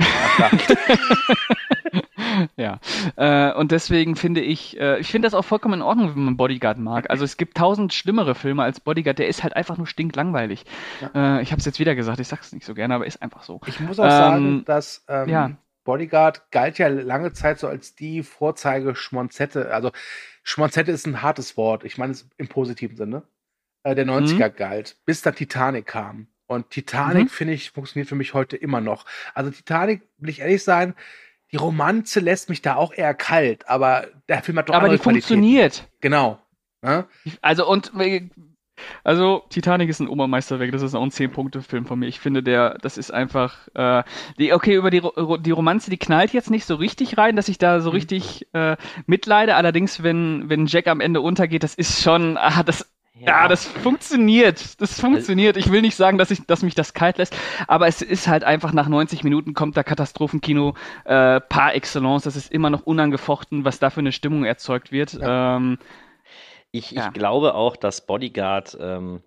Ja, äh, und deswegen finde ich, äh, ich finde das auch vollkommen in Ordnung, wenn man Bodyguard mag. Also es gibt tausend schlimmere Filme als Bodyguard, der ist halt einfach nur stinklangweilig. Äh, ich habe es jetzt wieder gesagt, ich sag's nicht so gerne, aber ist einfach so. Ich muss auch sagen, Ähm, dass ähm, ja. Bodyguard galt ja lange Zeit so als die Vorzeige-Schmonzette. Also Schmonzette ist ein hartes Wort. Ich meine es im positiven Sinne. Äh, der neunziger galt, bis dann Titanic kam. Und Titanic, Mhm. finde ich, funktioniert für mich heute immer noch. Also Titanic, will ich ehrlich sein, die Romanze lässt mich da auch eher kalt, aber der Film hat doch Aber andere die Qualitäten. funktioniert. Genau. Ne? Also und äh, also Titanic ist ein Obermeisterwerk, das ist auch ein zehn-Punkte-Film von mir. Ich finde, der, das ist einfach, äh, die, okay, über die, Ro- die Romanze, die knallt jetzt nicht so richtig rein, dass ich da so richtig äh, mitleide. Allerdings, wenn, wenn Jack am Ende untergeht, das ist schon, ah, das, ja, das funktioniert. Das funktioniert. Ich will nicht sagen, dass, ich, dass mich das kalt lässt, aber es ist halt einfach nach neunzig Minuten kommt da Katastrophenkino äh, par excellence. Das ist immer noch unangefochten, was da für eine Stimmung erzeugt wird. Ähm, Ich, Ja. ich glaube auch, dass Bodyguard ähm,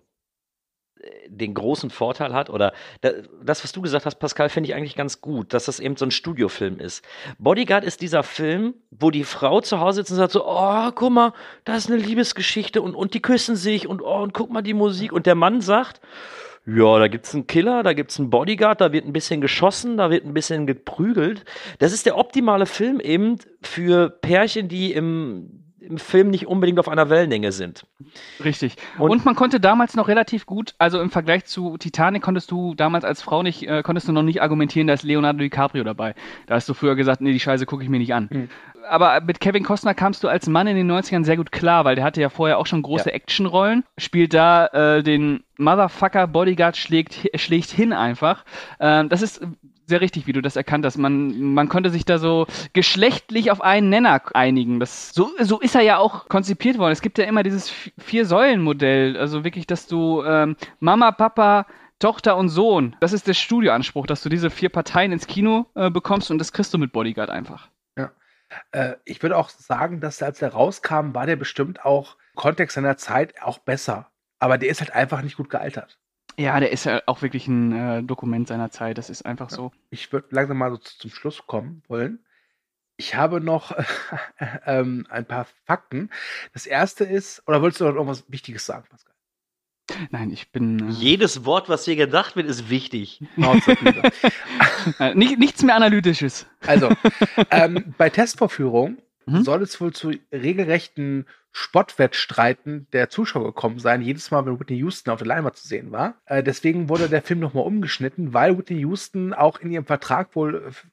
den großen Vorteil hat, oder da, das, was du gesagt hast, Pascal, finde ich eigentlich ganz gut, dass das eben so ein Studiofilm ist. Bodyguard ist dieser Film, wo die Frau zu Hause sitzt und sagt so, oh, guck mal, das ist eine Liebesgeschichte und, und die küssen sich und, oh, und guck mal die Musik. Und der Mann sagt, ja, da gibt's einen Killer, da gibt's einen Bodyguard, da wird ein bisschen geschossen, da wird ein bisschen geprügelt. Das ist der optimale Film eben für Pärchen, die im im Film nicht unbedingt auf einer Wellenlänge sind. Richtig. Und- Und, man konnte damals noch relativ gut, also im Vergleich zu Titanic konntest du damals als Frau nicht, äh, konntest du noch nicht argumentieren, da ist Leonardo DiCaprio dabei. Da hast du früher gesagt, nee, die Scheiße gucke ich mir nicht an. Mhm. Aber mit Kevin Costner kamst du als Mann in den neunzigern sehr gut klar, weil der hatte ja vorher auch schon große Ja. Actionrollen, spielt da äh, den Motherfucker Bodyguard schlägt, schlägt hin einfach. Ähm, das ist sehr richtig, wie du das erkannt hast. Man, man konnte sich da so geschlechtlich auf einen Nenner einigen. Das, so, so ist er ja auch konzipiert worden. Es gibt ja immer dieses V- Vier-Säulen-Modell. Also wirklich, dass du ähm, Mama, Papa, Tochter und Sohn, das ist der Studioanspruch, dass du diese vier Parteien ins Kino äh, bekommst und das kriegst du mit Bodyguard einfach. Äh, ich würde auch sagen, dass als der rauskam, war der bestimmt auch im Kontext seiner Zeit auch besser. Aber der ist halt einfach nicht gut gealtert. Ja, der ist ja auch wirklich ein äh, Dokument seiner Zeit. Das ist einfach so. Ich würde langsam mal so zu- zum Schluss kommen wollen. Ich habe noch ähm, ein paar Fakten. Das erste ist, oder wolltest du noch irgendwas Wichtiges sagen, Pascal? Nein, ich bin. Äh, Jedes Wort, was hier gedacht wird, ist wichtig. Schnauze, Güte. äh, nicht, nichts mehr Analytisches. Also, ähm, bei Testvorführungen Mhm. soll es wohl zu regelrechten Spottwettstreiten der Zuschauer gekommen sein, jedes Mal, wenn Whitney Houston auf der Leinwand zu sehen war. Äh, deswegen wurde der Film nochmal umgeschnitten, weil Whitney Houston auch in ihrem Vertrag wohl äh,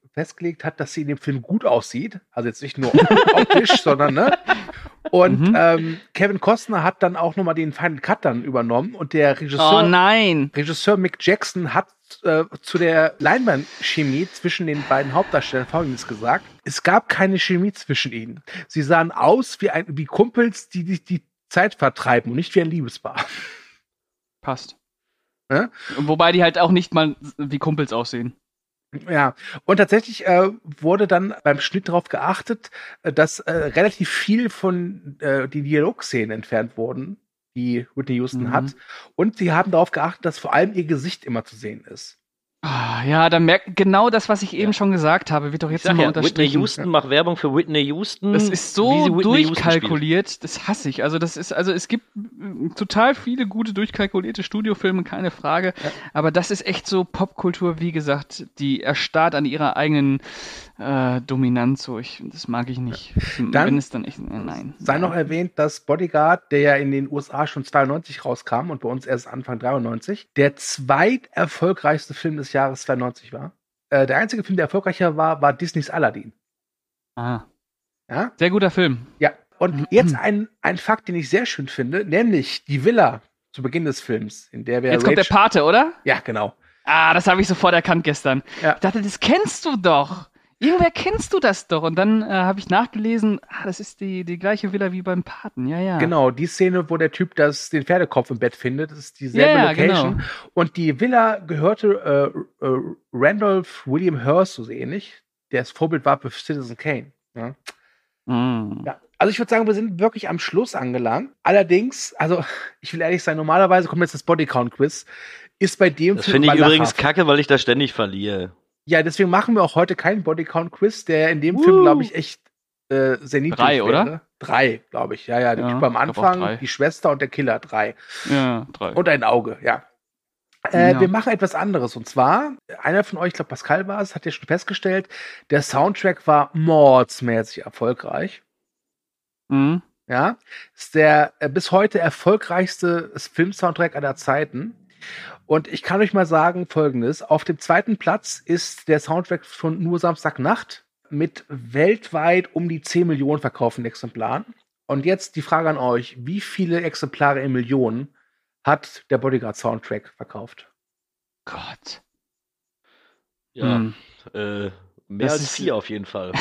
festgelegt hat, dass sie in dem Film gut aussieht. Also jetzt nicht nur optisch, sondern, ne? Und Mhm. ähm, Kevin Costner hat dann auch nochmal den Final Cut dann übernommen und der Oh Regisseur, nein! Regisseur Mick Jackson hat äh, zu der Leinwandchemie zwischen den beiden Hauptdarstellern Folgendes gesagt: Es gab keine Chemie zwischen ihnen. Sie sahen aus wie, ein, wie Kumpels, die, die die Zeit vertreiben und nicht wie ein Liebespaar. Passt. Ne? Wobei die halt auch nicht mal wie Kumpels aussehen. Ja, und tatsächlich äh, wurde dann beim Schnitt darauf geachtet, äh, dass äh, relativ viel von äh, die Dialogszenen entfernt wurden, die Whitney Houston Mhm. hat. Und sie haben darauf geachtet, dass vor allem ihr Gesicht immer zu sehen ist. Ah, ja, da merkt genau das, was ich eben schon gesagt habe, wird doch Ich jetzt sag nochmal ja, Whitney unterstrichen. Houston macht Werbung für Whitney Houston. Das ist wie so sie Whitney Houston durchkalkuliert, das hasse ich. Also das ist, also es gibt mm, total viele gute durchkalkulierte Studiofilme, keine Frage. Aber das ist echt so Popkultur, wie gesagt, die erstarrt an ihrer eigenen äh, Dominanz. So, ich, das mag ich nicht. Dann Wenn es dann echt, äh, nein. Sei noch erwähnt, dass Bodyguard, der ja in den U S A schon zweiundneunzig rauskam und bei uns erst Anfang dreiundneunzig, der zweiterfolgreichste Film des Jahres zweiundneunzig war. Äh, der einzige Film, der erfolgreicher war, war Disneys Aladdin. Ah. Ja? Sehr guter Film. Ja, und jetzt ein, ein Fakt, den ich sehr schön finde, nämlich die Villa zu Beginn des Films, in der wir Jetzt kommt der Rachel- Pate, oder? Ja, genau. Ah, das habe ich sofort erkannt gestern. Ja. Ich dachte, das kennst du doch. Irgendwer kennst du das doch. Und dann äh, habe ich nachgelesen, ah, das ist die, die gleiche Villa wie beim Paten. Ja, ja. Genau, die Szene, wo der Typ das, den Pferdekopf im Bett findet, das ist dieselbe Ja, ja, Location. genau. Und die Villa gehörte äh, äh, Randolph William Hearst, so ähnlich, der das Vorbild war für Citizen Kane. Ja. Mm. Ja. Also ich würde sagen, wir sind wirklich am Schluss angelangt. Allerdings, also ich will ehrlich sein, normalerweise kommt jetzt das Bodycount-Quiz, ist bei dem Das Film finde ich immer übrigens lachhaft. kacke, weil ich da ständig verliere. Ja, deswegen machen wir auch heute keinen Bodycount-Quiz, der in dem Film, glaube ich, echt äh, sehr niedrig Drei, wäre. oder? Drei, glaube ich. Ja, ja, der Ja, Typ am ich glaub auch Anfang, drei. die Schwester und der Killer, drei. Ja, drei. Und ein Auge, ja. Äh, Ja. Wir machen etwas anderes. Und zwar, einer von euch, ich glaube Pascal war es, hat ja schon festgestellt, der Soundtrack war mordsmäßig erfolgreich. Mhm. Ja, ist der äh, bis heute erfolgreichste Film-Soundtrack aller Zeiten. Und ich kann euch mal sagen Folgendes: Auf dem zweiten Platz ist der Soundtrack von Nur Samstagnacht mit weltweit um die zehn Millionen verkauften Exemplaren. Und jetzt die Frage an euch: Wie viele Exemplare in Millionen hat der Bodyguard-Soundtrack verkauft? Gott. Ja, Hm. äh, mehr Das als ist- vier auf jeden Fall.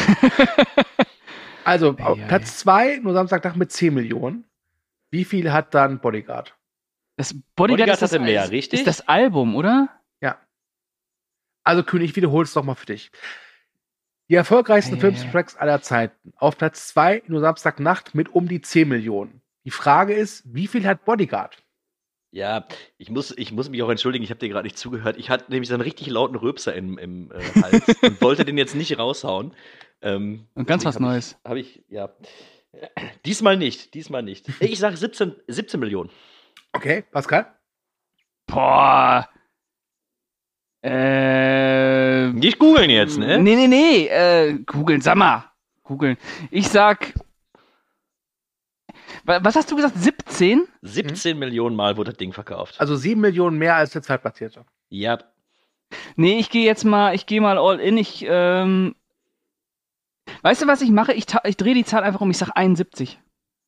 Also auf Ei, ei. Platz zwei, Nur Samstagnacht mit zehn Millionen. Wie viel hat dann Bodyguard? Das Bodyguard, Bodyguard ist das, hatte mehr, ist, richtig? Ist das Album, oder? Ja. Also König, ich wiederhole es doch mal für dich. Die erfolgreichsten Ei, ei, Filmtracks aller Zeiten. Auf Platz zwei Nur Samstagnacht mit um die zehn Millionen. Die Frage ist, wie viel hat Bodyguard? Ja, ich muss, ich muss mich auch entschuldigen, ich habe dir gerade nicht zugehört. Ich hatte nämlich so einen richtig lauten Rülpser im, im äh, Hals und wollte den jetzt nicht raushauen. Ähm, Und ganz was deswegen hab Neues. Ich, habe ich, ja. Diesmal nicht, diesmal nicht. Ich sage siebzehn, siebzehn Millionen. Okay, Pascal? Boah. Äh. Nicht googeln jetzt, ne? Nee, nee, nee. Äh, googeln, sag mal. Googeln. Ich sag. Wa- Was hast du gesagt? siebzehn? siebzehn Millionen Mal wurde das Ding verkauft. Also sieben Millionen mehr als der Zweitplatzierte. Ja, Nee, ich gehe jetzt mal, ich gehe mal all in. Ich, ähm. Weißt du, was ich mache? Ich, ta- ich drehe die Zahl einfach um. Ich sag einundsiebzig.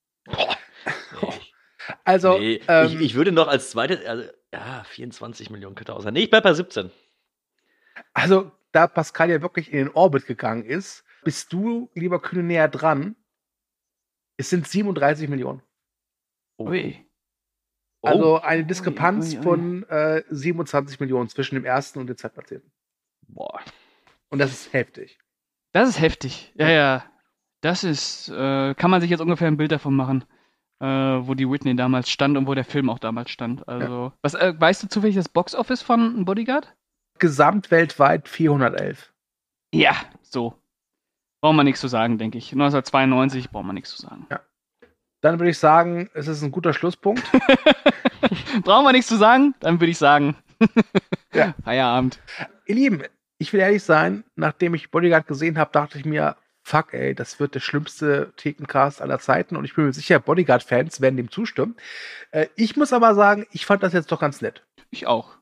Also, nee, ähm, ich, ich würde noch als zweite, also, ja, vierundzwanzig Millionen könnte auch sein. Nee, ich bleib bei siebzehn. also, da Pascal ja wirklich in den Orbit gegangen ist, bist du, lieber Kühne, näher dran. Es sind siebenunddreißig Millionen. Ui. Also Oh. eine Diskrepanz ui, ui. von äh, siebenundzwanzig Millionen zwischen dem ersten und dem Zweitplatzierten. Boah. Und das ist heftig. Das ist heftig. Ja, ja. Das ist, äh, kann man sich jetzt ungefähr ein Bild davon machen, äh, wo die Whitney damals stand und wo der Film auch damals stand. Also, was, äh, weißt du zufällig das Boxoffice von Bodyguard? Gesamt weltweit vierhundertelf. Ja, so. Brauchen wir nichts zu sagen, denke ich. neunzehnhundertzweiundneunzig brauchen wir nichts zu sagen. Dann würde ich sagen, es ist ein guter Schlusspunkt. Brauchen wir nichts zu sagen? Dann würde ich sagen, Ja. Feierabend. Ihr Lieben, ich will ehrlich sein, nachdem ich Bodyguard gesehen habe, dachte ich mir, fuck ey, das wird der schlimmste Thekencast aller Zeiten und ich bin mir sicher, Bodyguard-Fans werden dem zustimmen. Äh, ich muss aber sagen, ich fand das jetzt doch ganz nett. Ich auch.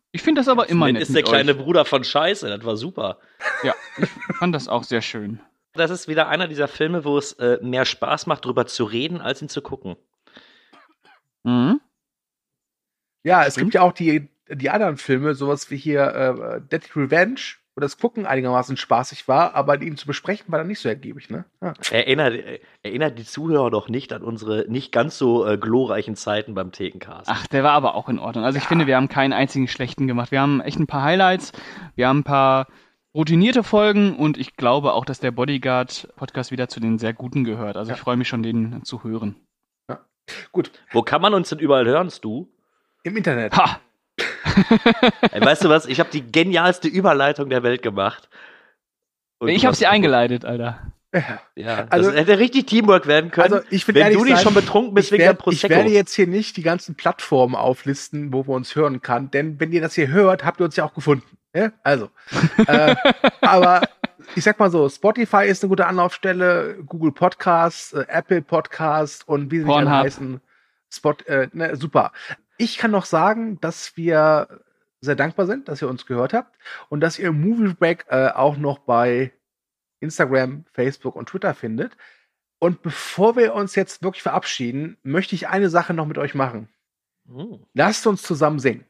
Ich finde das aber immer Sven nett ist der mit kleine euch. Bruder von Scheiße, das war super. Ja, ich fand das auch sehr schön. Das ist wieder einer dieser Filme, wo es äh, mehr Spaß macht, drüber zu reden, als ihn zu gucken. Mhm. Ja, es gibt ja auch die, die anderen Filme, sowas wie hier äh, Deadly Revenge, wo das Gucken einigermaßen spaßig war, aber ihn zu besprechen war dann nicht so ergiebig, ne? Ja. Erinnert, äh, erinnert die Zuhörer doch nicht an unsere nicht ganz so äh, glorreichen Zeiten beim Thekencast. Ach, der war aber auch in Ordnung. Also ich finde, wir haben keinen einzigen schlechten gemacht. Wir haben echt ein paar Highlights, wir haben ein paar routinierte Folgen und ich glaube auch, dass der Bodyguard-Podcast wieder zu den sehr guten gehört. Also Ja. ich freue mich schon, den zu hören. Gut, Wo kann man uns denn überall hören, Stu? im Internet. Ha! Ey, weißt du was? Ich habe die genialste Überleitung der Welt gemacht. Und Ich du habe hast- sie eingeleitet, Alter. Ja. Ja, Also- das hätte richtig Teamwork werden können. Also ich will wenn ehrlich du nicht sein, schon betrunken bist ich wegen werd, der Prosecco. Ich werde jetzt hier nicht die ganzen Plattformen auflisten, wo man uns hören kann, denn wenn ihr das hier hört, habt ihr uns ja auch gefunden. Ja? Also, äh, aber ich sag mal so, Spotify ist eine gute Anlaufstelle, Google Podcasts, äh, Apple Podcasts und wie sie nicht alle Pornhub. heißen. Spot, äh, ne, super. Ich kann noch sagen, dass wir sehr dankbar sind, dass ihr uns gehört habt und dass ihr Movie Break äh, auch noch bei Instagram, Facebook und Twitter findet. Und bevor wir uns jetzt wirklich verabschieden, möchte ich eine Sache noch mit euch machen. Hm. Lasst uns zusammen singen.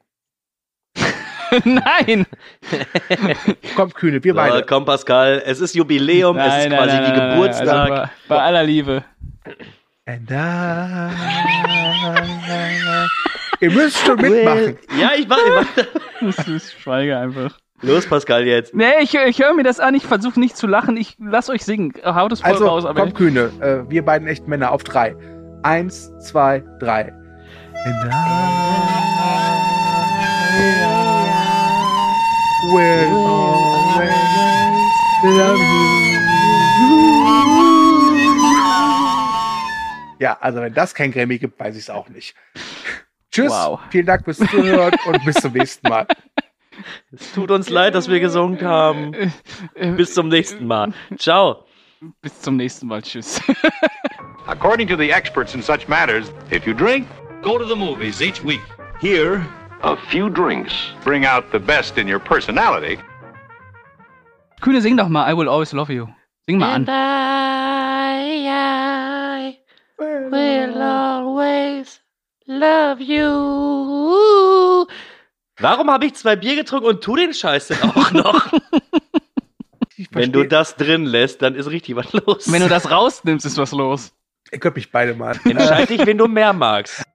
Nein! Kommt, Kühne, wir So, beide. komm, Pascal, es ist Jubiläum, es ist quasi wie Geburtstag. Also bei, bei aller Liebe. And I... Ihr müsst schon mitmachen. Ja, ich mach, ich mach. Das ist Schweige einfach. Los, Pascal, jetzt. Nee, ich, ich höre mir das an, ich versuche nicht zu lachen, ich lass euch singen. Haut es voll Also, raus, aber komm, Kühne, äh, wir beiden echten Männer auf drei. Eins, zwei, drei. And I will always love you. Ja, also wenn das kein Grammy gibt, weiß ich es auch nicht. Tschüss, Wow. vielen Dank fürs Zuhören und bis zum nächsten Mal. Es tut uns leid, dass wir gesungen haben. äh, Bis zum nächsten Mal. Ciao. bis zum nächsten Mal. Tschüss. According to the experts in such matters, if you drink, Go to the movies each week. Here, a few drinks bring out the best in your personality. Kühne, sing doch mal I Will Always Love You. Sing mal an. I, I will always love you. Warum habe ich zwei Bier getrunken und tu den Scheiß denn auch noch? Ich Wenn du versteh- das drin lässt, dann ist richtig was los. Wenn du das rausnimmst, ist was los. Ihr könnt mich beide mal. Entscheid dich, wen du mehr magst.